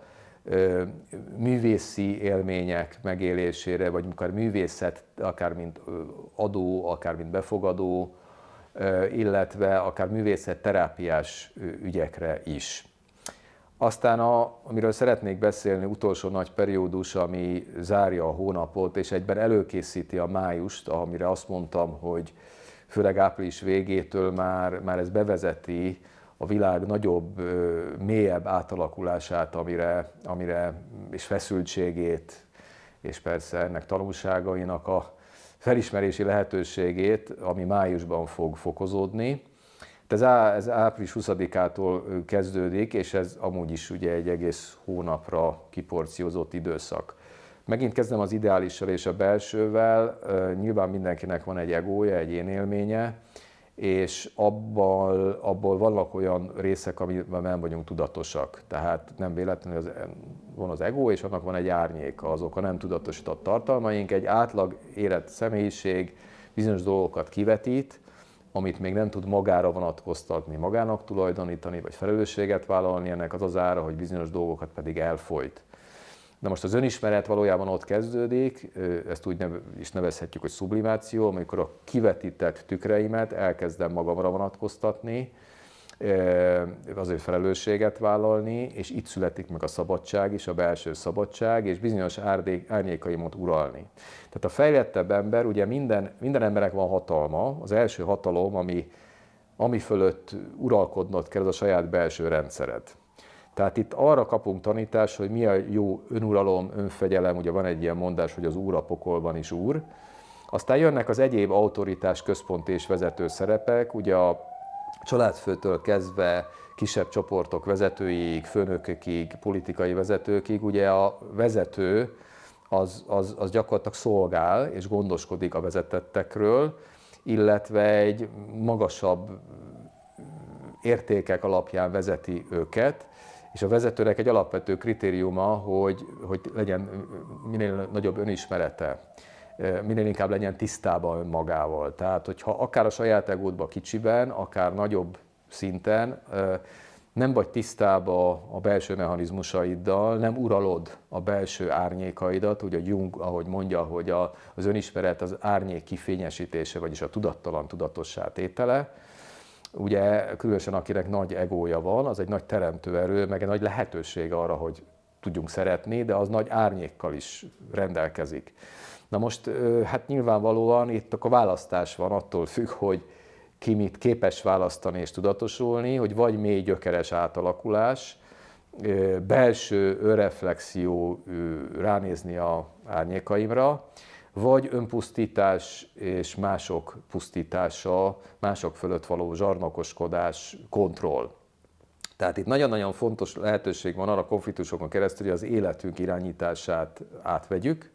Speaker 1: művészi élmények megélésére, vagy akár művészet, akár mint adó, akár mint befogadó, illetve akár művészetterápiás ügyekre is. Aztán amiről szeretnék beszélni, utolsó nagy periódus, ami zárja a hónapot, és egyben előkészíti a májust, amire azt mondtam, hogy főleg április végétől már ez bevezeti a világ nagyobb, mélyebb átalakulását, amire és feszültségét, és persze ennek tanulságainak a felismerési lehetőségét, ami májusban fog fokozódni. Ez április 20-ától kezdődik, és ez amúgy is ugye egy egész hónapra kiporciózott időszak. Megint kezdem az ideálissal és a belsővel, nyilván mindenkinek van egy egója, egy én élménye, és abból vannak olyan részek, amiben nem vagyunk tudatosak. Tehát nem véletlenül van az ego, és annak van egy árnyéka, azok a nem tudatosított tartalmaink. Egy átlag élet személyiség bizonyos dolgokat kivetít, amit még nem tud magára vonatkoztatni, magának tulajdonítani, vagy felelősséget vállalni, ennek az az ára, hogy bizonyos dolgokat pedig elfolyt. Na most az önismeret valójában ott kezdődik, ezt úgy is nevezhetjük, hogy sublimáció, amikor a kivetített tükreimet elkezdem magamra vonatkoztatni, azért felelősséget vállalni, és itt születik meg a szabadság is, a belső szabadság, és bizonyos árnyékaimat uralni. Tehát a fejlettebb ember, ugye minden embernek van hatalma, az első hatalom, ami fölött uralkodnod kell, az a saját belső rendszered. Tehát itt arra kapunk tanítást, hogy mi a jó önuralom, önfegyelem, ugye van egy ilyen mondás, hogy az úr a pokolban is úr. Aztán jönnek az egyéb autoritás, központi és vezető szerepek, ugye a családfőtől kezdve kisebb csoportok vezetőiig, főnökökig, politikai vezetőkig, ugye a vezető az gyakorlatilag szolgál és gondoskodik a vezetettekről, illetve egy magasabb értékek alapján vezeti őket, és a vezetőnek egy alapvető kritériuma, hogy legyen minél nagyobb önismerete. minél inkább legyen tisztában önmagával. Tehát, hogyha akár a saját egódban kicsiben, akár nagyobb szinten nem vagy tisztában a belső mechanizmusaiddal, nem uralod a belső árnyékaidat, ugye Jung, ahogy mondja, hogy az önismeret az árnyék kifényesítése, vagyis a tudattalan tudatossá tétele. Ugye különösen akinek nagy egója van, az egy nagy teremtő erő, meg egy nagy lehetőség arra, hogy tudjunk szeretni, de az nagy árnyékkal is rendelkezik. Na most hát nyilvánvalóan itt akkor választás van, attól függ, hogy ki mit képes választani és tudatosulni, hogy vagy mély gyökeres átalakulás, belső önreflexió, ránézni a árnyékaimra, vagy önpusztítás és mások pusztítása, mások fölött való zsarnokoskodás, kontroll. Tehát itt nagyon-nagyon fontos lehetőség van arra a konfliktusokon keresztül, hogy az életünk irányítását átvegyük,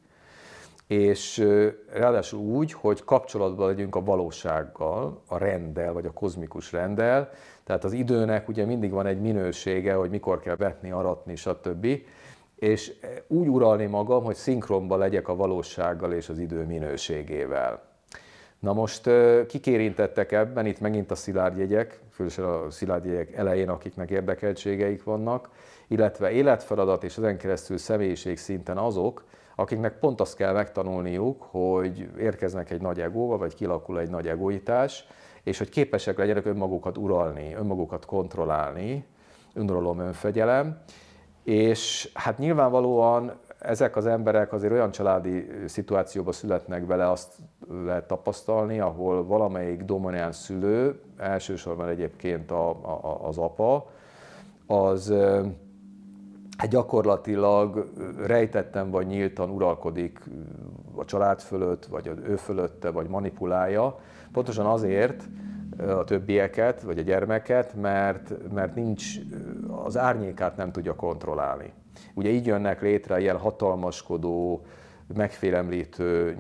Speaker 1: és ráadásul úgy, hogy kapcsolatban legyünk a valósággal, a renddel, vagy a kozmikus renddel. Tehát az időnek ugye mindig van egy minősége, hogy mikor kell vetni, aratni, stb. És úgy uralni magam, hogy szinkronban legyek a valósággal és az idő minőségével. Na most kik érintettek ebben? Itt megint a szilárdjegyek, főleg a szilárdjegyek elején, akiknek érdekeltségeik vannak, illetve életfeladat és ezen keresztül személyiség szinten azok, akiknek pont azt kell megtanulniuk, hogy érkeznek egy nagy egóval, vagy kilakul egy nagy egoitás, és hogy képesek legyenek önmagukat uralni, önmagukat kontrollálni, önuralom, önfegyelem. És hát nyilvánvalóan ezek az emberek azért olyan családi szituációba születnek bele, azt lehet tapasztalni, ahol valamelyik domináns szülő, elsősorban egyébként az apa, az hát gyakorlatilag rejtetten vagy nyíltan uralkodik a család fölött, vagy ő fölötte, vagy manipulálja. Pontosan azért a többieket, vagy a gyermeket, mert nincs, az árnyékát nem tudja kontrollálni. Ugye így jönnek létre ilyen hatalmaskodó, megfélemlítő,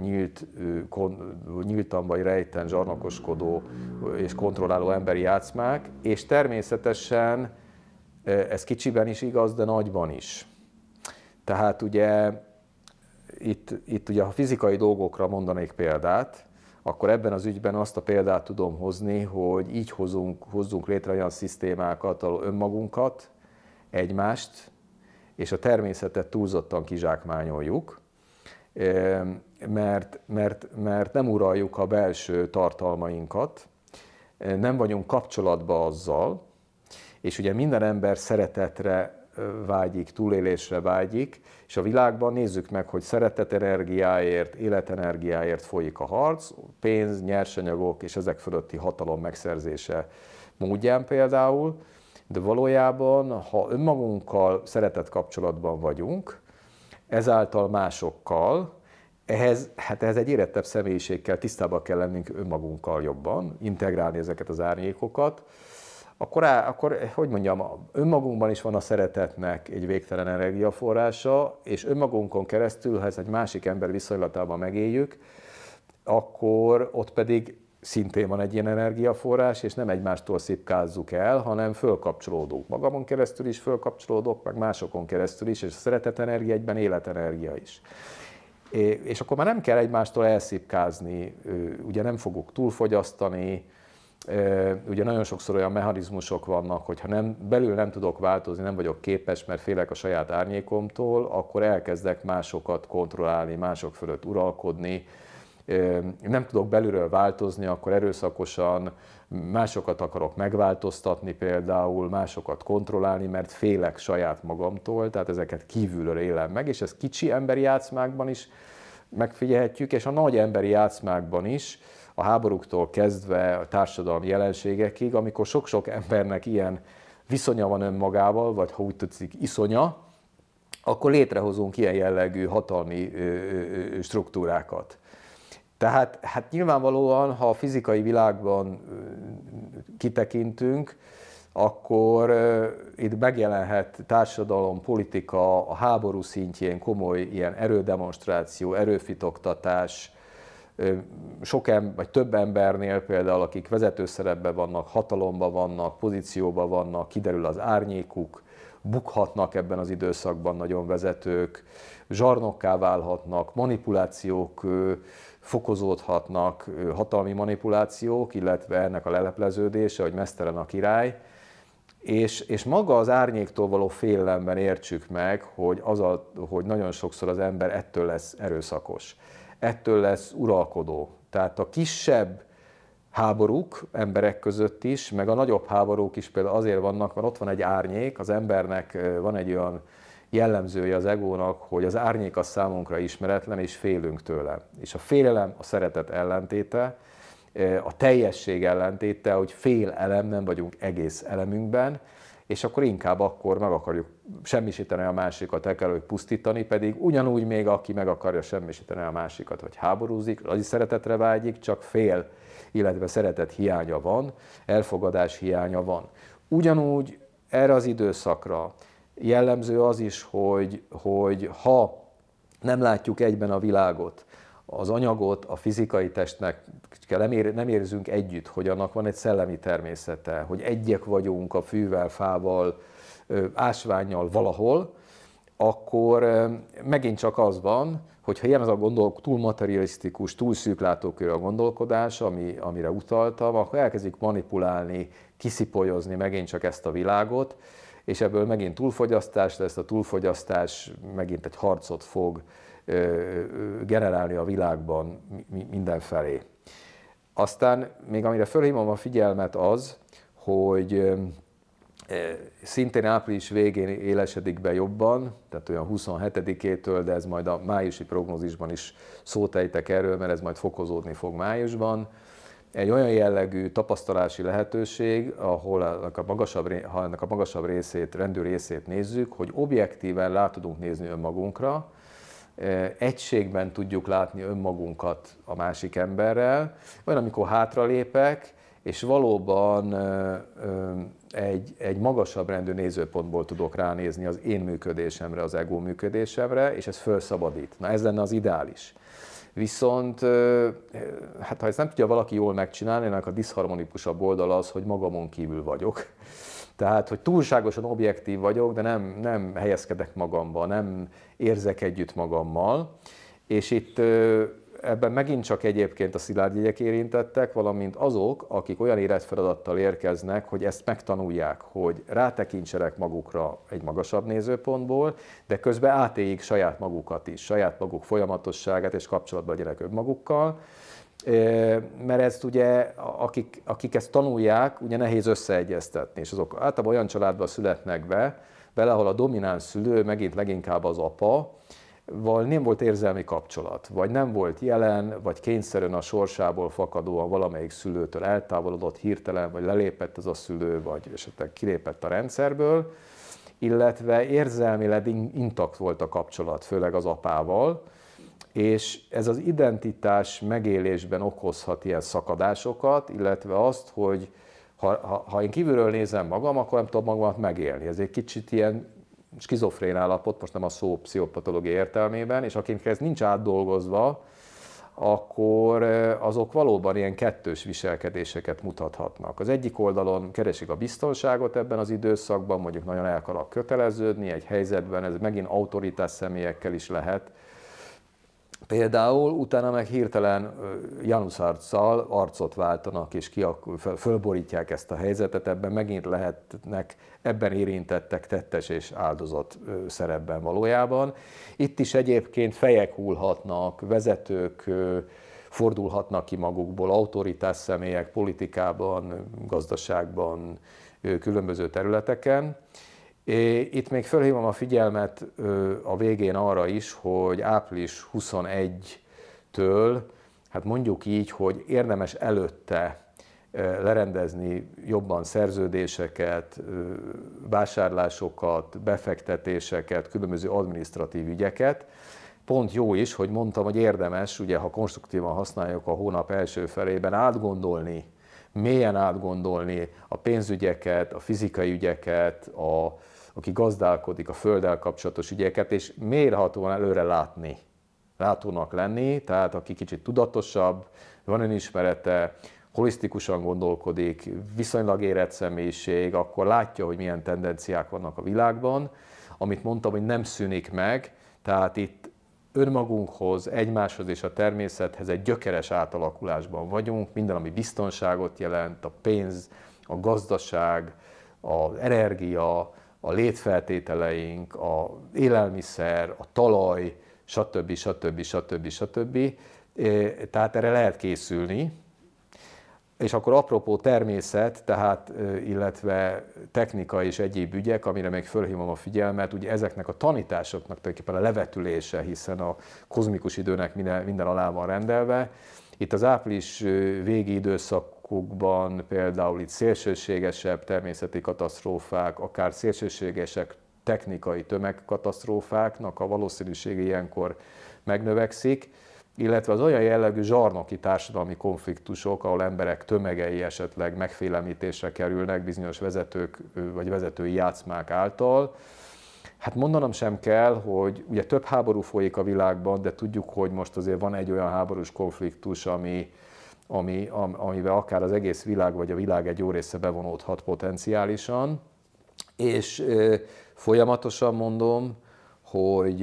Speaker 1: nyíltan vagy rejten zsarnokoskodó és kontrolláló emberi játszmák, és természetesen ez kicsiben is igaz, de nagyban is. Tehát ugye itt ugye, ha fizikai dolgokra mondanék példát, akkor ebben az ügyben azt a példát tudom hozni, hogy így hozzunk létre olyan szisztémákat, ahol önmagunkat, egymást és a természetet túlzottan kizsákmányoljuk, mert nem uraljuk a belső tartalmainkat, nem vagyunk kapcsolatban azzal, és ugye minden ember szeretetre vágyik, túlélésre vágyik, és a világban nézzük meg, hogy szeretetenergiáért, életenergiáért folyik a harc, pénz, nyersanyagok és ezek fölötti hatalom megszerzése módján például, de valójában, ha önmagunkkal szeretett kapcsolatban vagyunk, ezáltal másokkal, ehhez egy érettebb személyiségkel tisztában kell lennünk önmagunkkal jobban, integrálni ezeket az árnyékokat, akkor, hogy mondjam, önmagunkban is van a szeretetnek egy végtelen energiaforrása, és önmagunkon keresztül, ha ezt egy másik ember viszonylatában megéljük, akkor ott pedig szintén van egy ilyen energiaforrás, és nem egymástól szipkázzuk el, hanem fölkapcsolódunk. Magamon keresztül is fölkapcsolódok, meg másokon keresztül is, és a szeretetenergia egyben életenergia is. És akkor már nem kell egymástól elszipkázni, ugye nem fogok túlfogyasztani, ugye nagyon sokszor olyan mechanizmusok vannak, hogy ha belül nem tudok változni, nem vagyok képes, mert félek a saját árnyékomtól, akkor elkezdek másokat kontrollálni, mások fölött uralkodni, nem tudok belülről változni, akkor erőszakosan másokat akarok megváltoztatni például, másokat kontrollálni, mert félek saját magamtól, tehát ezeket kívülről élem meg, és ez kicsi emberi játszmákban is megfigyelhetjük, és a nagy emberi játszmákban is, a háborúktól kezdve a társadalmi jelenségekig, amikor sok-sok embernek ilyen viszonya van önmagával, vagy ha úgy tetszik, iszonya, akkor létrehozunk ilyen jellegű hatalmi struktúrákat. Tehát hát nyilvánvalóan, ha a fizikai világban kitekintünk, akkor itt megjelenhet társadalom, politika, a háború szintjén komoly ilyen erődemonstráció, erőfitoktatás, vagy több embernél például, akik vezető szerepben vannak, hatalomban vannak, pozícióban vannak, kiderül az árnyékuk, bukhatnak ebben az időszakban nagyon vezetők, zsarnokká válhatnak, manipulációk fokozódhatnak, hatalmi manipulációk, illetve ennek a lelepleződése, hogy meztelen a király, és maga az árnyéktól való félelemben értsük meg, hogy nagyon sokszor az ember ettől lesz erőszakos, ettől lesz uralkodó. Tehát a kisebb háborúk emberek között is, meg a nagyobb háborúk is például azért vannak, mert ott van egy árnyék, az embernek van egy olyan jellemzője az egónak, hogy az árnyék az számunkra ismeretlen, és félünk tőle. És a félelem a szeretet ellentéte, a teljesség ellentéte, hogy fél elem, nem vagyunk egész elemünkben, és akkor inkább akkor meg akarjuk semmisíteni a másikat, el kell pusztítani, pedig ugyanúgy még aki meg akarja semmisíteni a másikat, vagy háborúzik, az is szeretetre vágyik, csak fél, illetve szeretet hiánya van, elfogadás hiánya van. Ugyanúgy erre az időszakra jellemző az is, hogy ha nem látjuk egyben a világot, az anyagot, a fizikai testnek nem érzünk együtt, hogy annak van egy szellemi természete, hogy egyek vagyunk a fűvel, fával, ásvánnyal valahol, akkor megint csak az van, hogyha ilyen az a túl materialisztikus, túl szűklátókörű a gondolkodás, amire utaltam, akkor elkezdik manipulálni, kiszipolyozni megint csak ezt a világot, és ebből megint túlfogyasztás lesz, a túlfogyasztás megint egy harcot fog generálni a világban mindenfelé. Aztán még amire fölhívom a figyelmet az, hogy szintén április végén élesedik be jobban, tehát olyan 27-től, de ez majd a májusi prognózisban is szót ejtek erről, mert ez majd fokozódni fog májusban. Egy olyan jellegű tapasztalási lehetőség, ahol ha ennek a magasabb részét, rendű részét nézzük, hogy objektíven rá tudunk nézni önmagunkra, egységben tudjuk látni önmagunkat a másik emberrel, olyan, amikor hátralépek, és valóban egy magasabb rendű nézőpontból tudok ránézni az én működésemre, az ego működésemre, és ez felszabadít. Na ez lenne az ideális. Viszont, hát ha ezt nem tudja valaki jól megcsinálni, ennek a diszharmonikusabb oldala az, hogy magamon kívül vagyok. Tehát, hogy túlságosan objektív vagyok, de nem helyezkedek magamba, nem érzek együtt magammal. És itt ebben megint csak egyébként a szilárdjegyek érintettek, valamint azok, akik olyan életfeladattal érkeznek, hogy ezt megtanulják, hogy rátekintsenek magukra egy magasabb nézőpontból, de közben átéljék saját magukat is, saját maguk folyamatosságát, és kapcsolatban legyenek önmagukkal. Mert ezt ugye, akik ezt tanulják, ugye nehéz összeegyeztetni, és azok általában olyan családban születnek bele, ahol a domináns szülő megint leginkább az apa, vagy nem volt érzelmi kapcsolat, vagy nem volt jelen, vagy kényszerűen a sorsából fakadóan valamelyik szülőtől eltávolodott hirtelen, vagy lelépett az a szülő, vagy esetleg kilépett a rendszerből, illetve érzelmileg intakt volt a kapcsolat, főleg az apával, és ez az identitás megélésben okozhat ilyen szakadásokat, illetve azt, hogy ha én kívülről nézem magam, akkor nem tudom magamat megélni. Ez egy kicsit ilyen skizofrén állapot, most nem a szó pszichopatológia értelmében, és akinek ez nincs átdolgozva, akkor azok valóban ilyen kettős viselkedéseket mutathatnak. Az egyik oldalon keresik a biztonságot ebben az időszakban, mondjuk nagyon el akarnak köteleződni egy helyzetben, ez megint autoritás személyekkel is lehet. Például utána meg hirtelen Janusarccal arcot váltanak, és fölborítják ezt a helyzetet, ebben megint lehetnek ebben érintettek tettes és áldozat szerepben valójában. Itt is egyébként fejek hullhatnak, vezetők fordulhatnak ki magukból, autoritás személyek politikában, gazdaságban, különböző területeken. Itt még felhívom a figyelmet a végén arra is, hogy április 21-től, hát mondjuk így, hogy érdemes előtte lerendezni jobban szerződéseket, vásárlásokat, befektetéseket, különböző adminisztratív ügyeket. Pont jó is, hogy mondtam, hogy érdemes, ugye ha konstruktívan használjuk a hónap első felében átgondolni, mélyen átgondolni a pénzügyeket, a fizikai ügyeket, aki gazdálkodik, a földdel kapcsolatos ügyeket, és mérhatóan előre látni, látónak lenni, tehát aki kicsit tudatosabb, van önismerete, holisztikusan gondolkodik, viszonylag érett személyiség, akkor látja, hogy milyen tendenciák vannak a világban, amit mondtam, hogy nem szűnik meg, tehát itt önmagunkhoz, egymáshoz és a természethez egy gyökeres átalakulásban vagyunk, minden, ami biztonságot jelent, a pénz, a gazdaság, az energia, a létfeltételeink, az élelmiszer, a talaj, stb. Tehát erre lehet készülni. És akkor apropó természet, tehát, illetve technika és egyéb ügyek, amire még fölhívom a figyelmet, ugye ezeknek a tanításoknak tulajdonképpen a levetülése, hiszen a kozmikus időnek minden alá van rendelve. Itt az április végi időszakokban például itt szélsőségesebb természeti katasztrófák, akár szélsőségesek technikai tömegkatasztrófáknak a valószínűsége ilyenkor megnövekszik, illetve az olyan jellegű zsarnoki társadalmi konfliktusok, ahol emberek tömegei esetleg megfélemlítésre kerülnek bizonyos vezetők vagy vezetői játszmák által. Hát mondanom sem kell, hogy ugye több háború folyik a világban, de tudjuk, hogy most azért van egy olyan háborús konfliktus, amivel akár az egész világ vagy a világ egy jó része bevonódhat potenciálisan. És folyamatosan mondom, hogy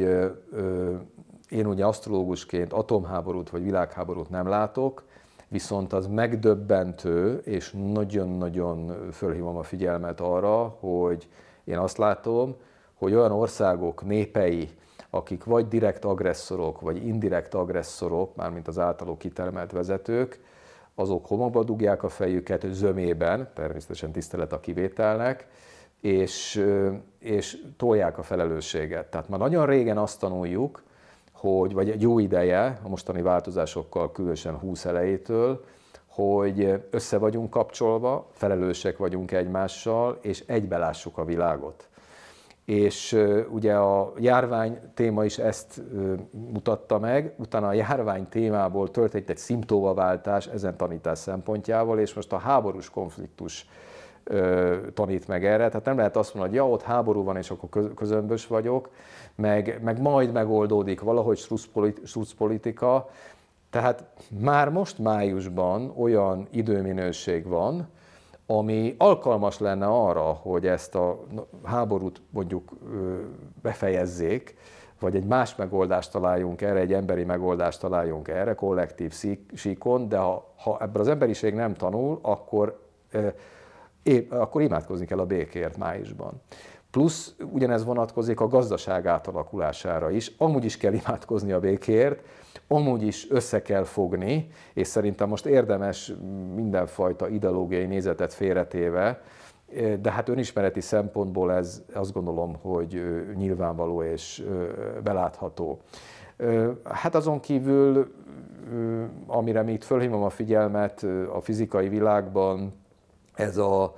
Speaker 1: én ugye asztrológusként atomháborút vagy világháborút nem látok, viszont az megdöbbentő, és nagyon-nagyon fölhívom a figyelmet arra, hogy én azt látom, hogy olyan országok népei, akik vagy direkt agresszorok, vagy indirekt agresszorok, mármint az általuk kitermelt vezetők, azok homokba dugják a fejüket zömében, természetesen tisztelet a kivételnek, és tolják a felelősséget. Tehát már nagyon régen azt tanuljuk, vagy egy jó ideje, a mostani változásokkal, különösen 20 elejétől, hogy össze vagyunk kapcsolva, felelősek vagyunk egymással, és egybelássuk a világot. És ugye a járvány téma is ezt mutatta meg, utána a járvány témából történt egy szimptomaváltás ezen tanítás szempontjával, és most a háborús konfliktus tanít meg erre. Tehát nem lehet azt mondani, hogy ja, ott háború van, és akkor közömbös vagyok, meg majd megoldódik valahogy struccpolitika. Tehát már most májusban olyan időminőség van, ami alkalmas lenne arra, hogy ezt a háborút mondjuk befejezzék, vagy egy más megoldást találjunk erre, egy emberi megoldást találjunk erre, kollektív síkon, de ha ebből az emberiség nem tanul, akkor imádkozni kell a békért májusban. Plusz ugyanez vonatkozik a gazdaság átalakulására is. Amúgy is kell imádkozni a békért, amúgy is össze kell fogni, és szerintem most érdemes mindenfajta ideológiai nézetet félretéve, de hát önismereti szempontból ez azt gondolom, hogy nyilvánvaló és belátható. Hát azon kívül, amire mi itt fölhívom a figyelmet a fizikai világban, ez a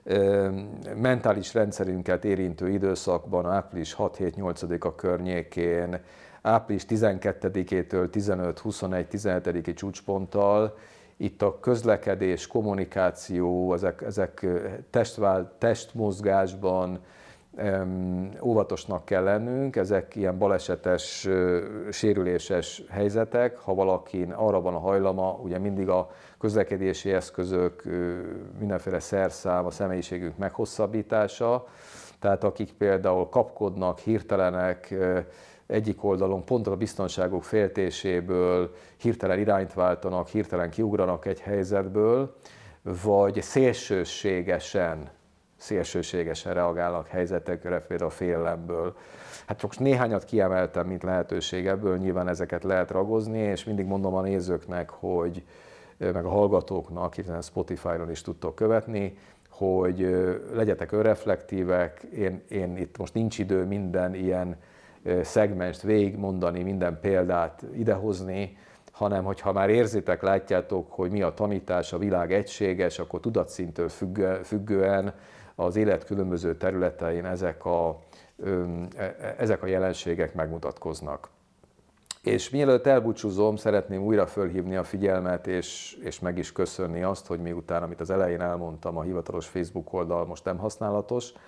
Speaker 1: mentális rendszerünket érintő időszakban, április 6-7-8-a környékén, április 12-től 15-21-17-i csúcsponttal, itt a közlekedés, kommunikáció, ezek testmozgásban óvatosnak kell lennünk, ezek ilyen balesetes, sérüléses helyzetek, ha valakin arra van a hajlama, ugye mindig a közlekedési eszközök, mindenféle szerszám, a személyiségünk meghosszabbítása, tehát akik például kapkodnak, hirtelenek, egyik oldalon pont a biztonságuk féltéséből hirtelen irányt váltanak, hirtelen kiugranak egy helyzetből, vagy szélsőségesen reagálnak helyzetekre, például a félelemből. Hát csak néhányat kiemeltem, mint lehetőség ebből, nyilván ezeket lehet ragozni, és mindig mondom a nézőknek, hogy meg a hallgatóknak, hiszen Spotify-on is tudtok követni, hogy legyetek önreflektívek, én itt most nincs idő minden ilyen szegmenst végigmondani, minden példát idehozni, hanem hogyha már érzitek, látjátok, hogy mi a tanítás, a világ egységes, akkor tudatszinttől függően az élet különböző területein ezek a jelenségek megmutatkoznak. És mielőtt elbúcsúzom, szeretném újra fölhívni a figyelmet, és meg is köszönni azt, hogy miután, amit az elején elmondtam, a hivatalos Facebook oldal most nem használatos,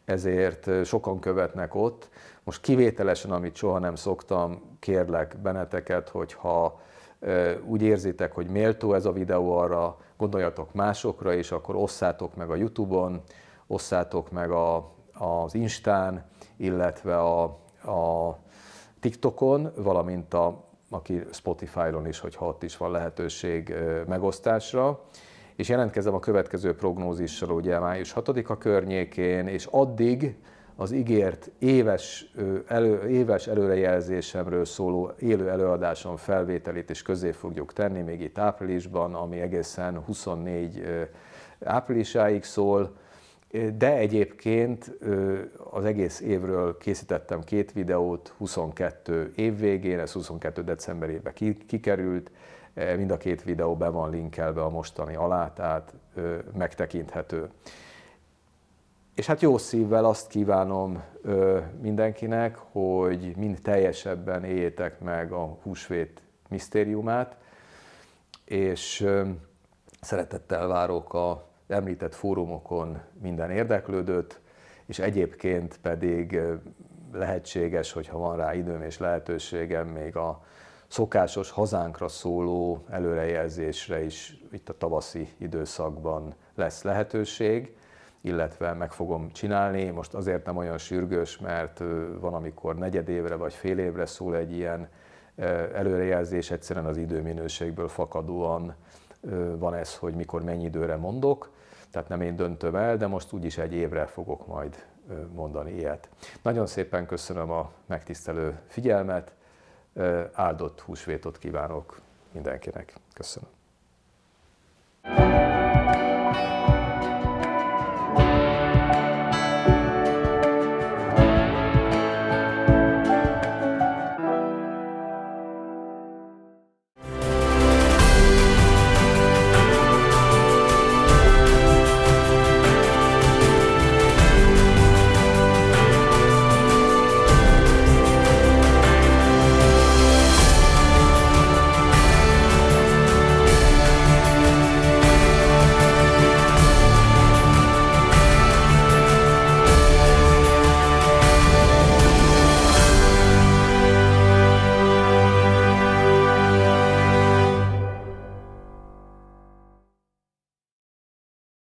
Speaker 1: ezért sokan követnek ott. Most kivételesen, amit soha nem szoktam, kérlek benneteket, hogyha úgy érzitek, hogy méltó ez a videó arra, gondoljatok másokra is, akkor osszátok meg a YouTube-on, osszátok meg az Instán, illetve a TikTokon, valamint aki Spotify-on is, hogyha ott is van lehetőség megosztásra. És jelentkezem a következő prognózissal ugye május 6-a környékén, és addig az ígért éves előrejelzésemről szóló élő előadásom felvételét is közé fogjuk tenni, még itt áprilisban, ami egészen 24 áprilisáig szól. De egyébként az egész évről készítettem 2 videót, 22 év végén, ez 22 decemberében kikerült, mind a 2 videó be van linkelve a mostani alá, tehát megtekinthető. És hát jó szívvel azt kívánom mindenkinek, hogy mind teljesebben éljétek meg a húsvét misztériumát, és szeretettel várok a említett fórumokon minden érdeklődőt, és egyébként pedig lehetséges, hogyha van rá időm és lehetőségem, még a szokásos hazánkra szóló előrejelzésre is itt a tavaszi időszakban lesz lehetőség, illetve meg fogom csinálni. Most azért nem olyan sürgős, mert van, amikor negyedévre vagy fél évre szól egy ilyen előrejelzés, egyszerűen az időminőségből fakadóan van ez, hogy mikor mennyi időre mondok, tehát nem én döntöm el, de most úgyis egy évre fogok majd mondani ilyet. Nagyon szépen köszönöm a megtisztelő figyelmet, áldott húsvétot kívánok mindenkinek. Köszönöm.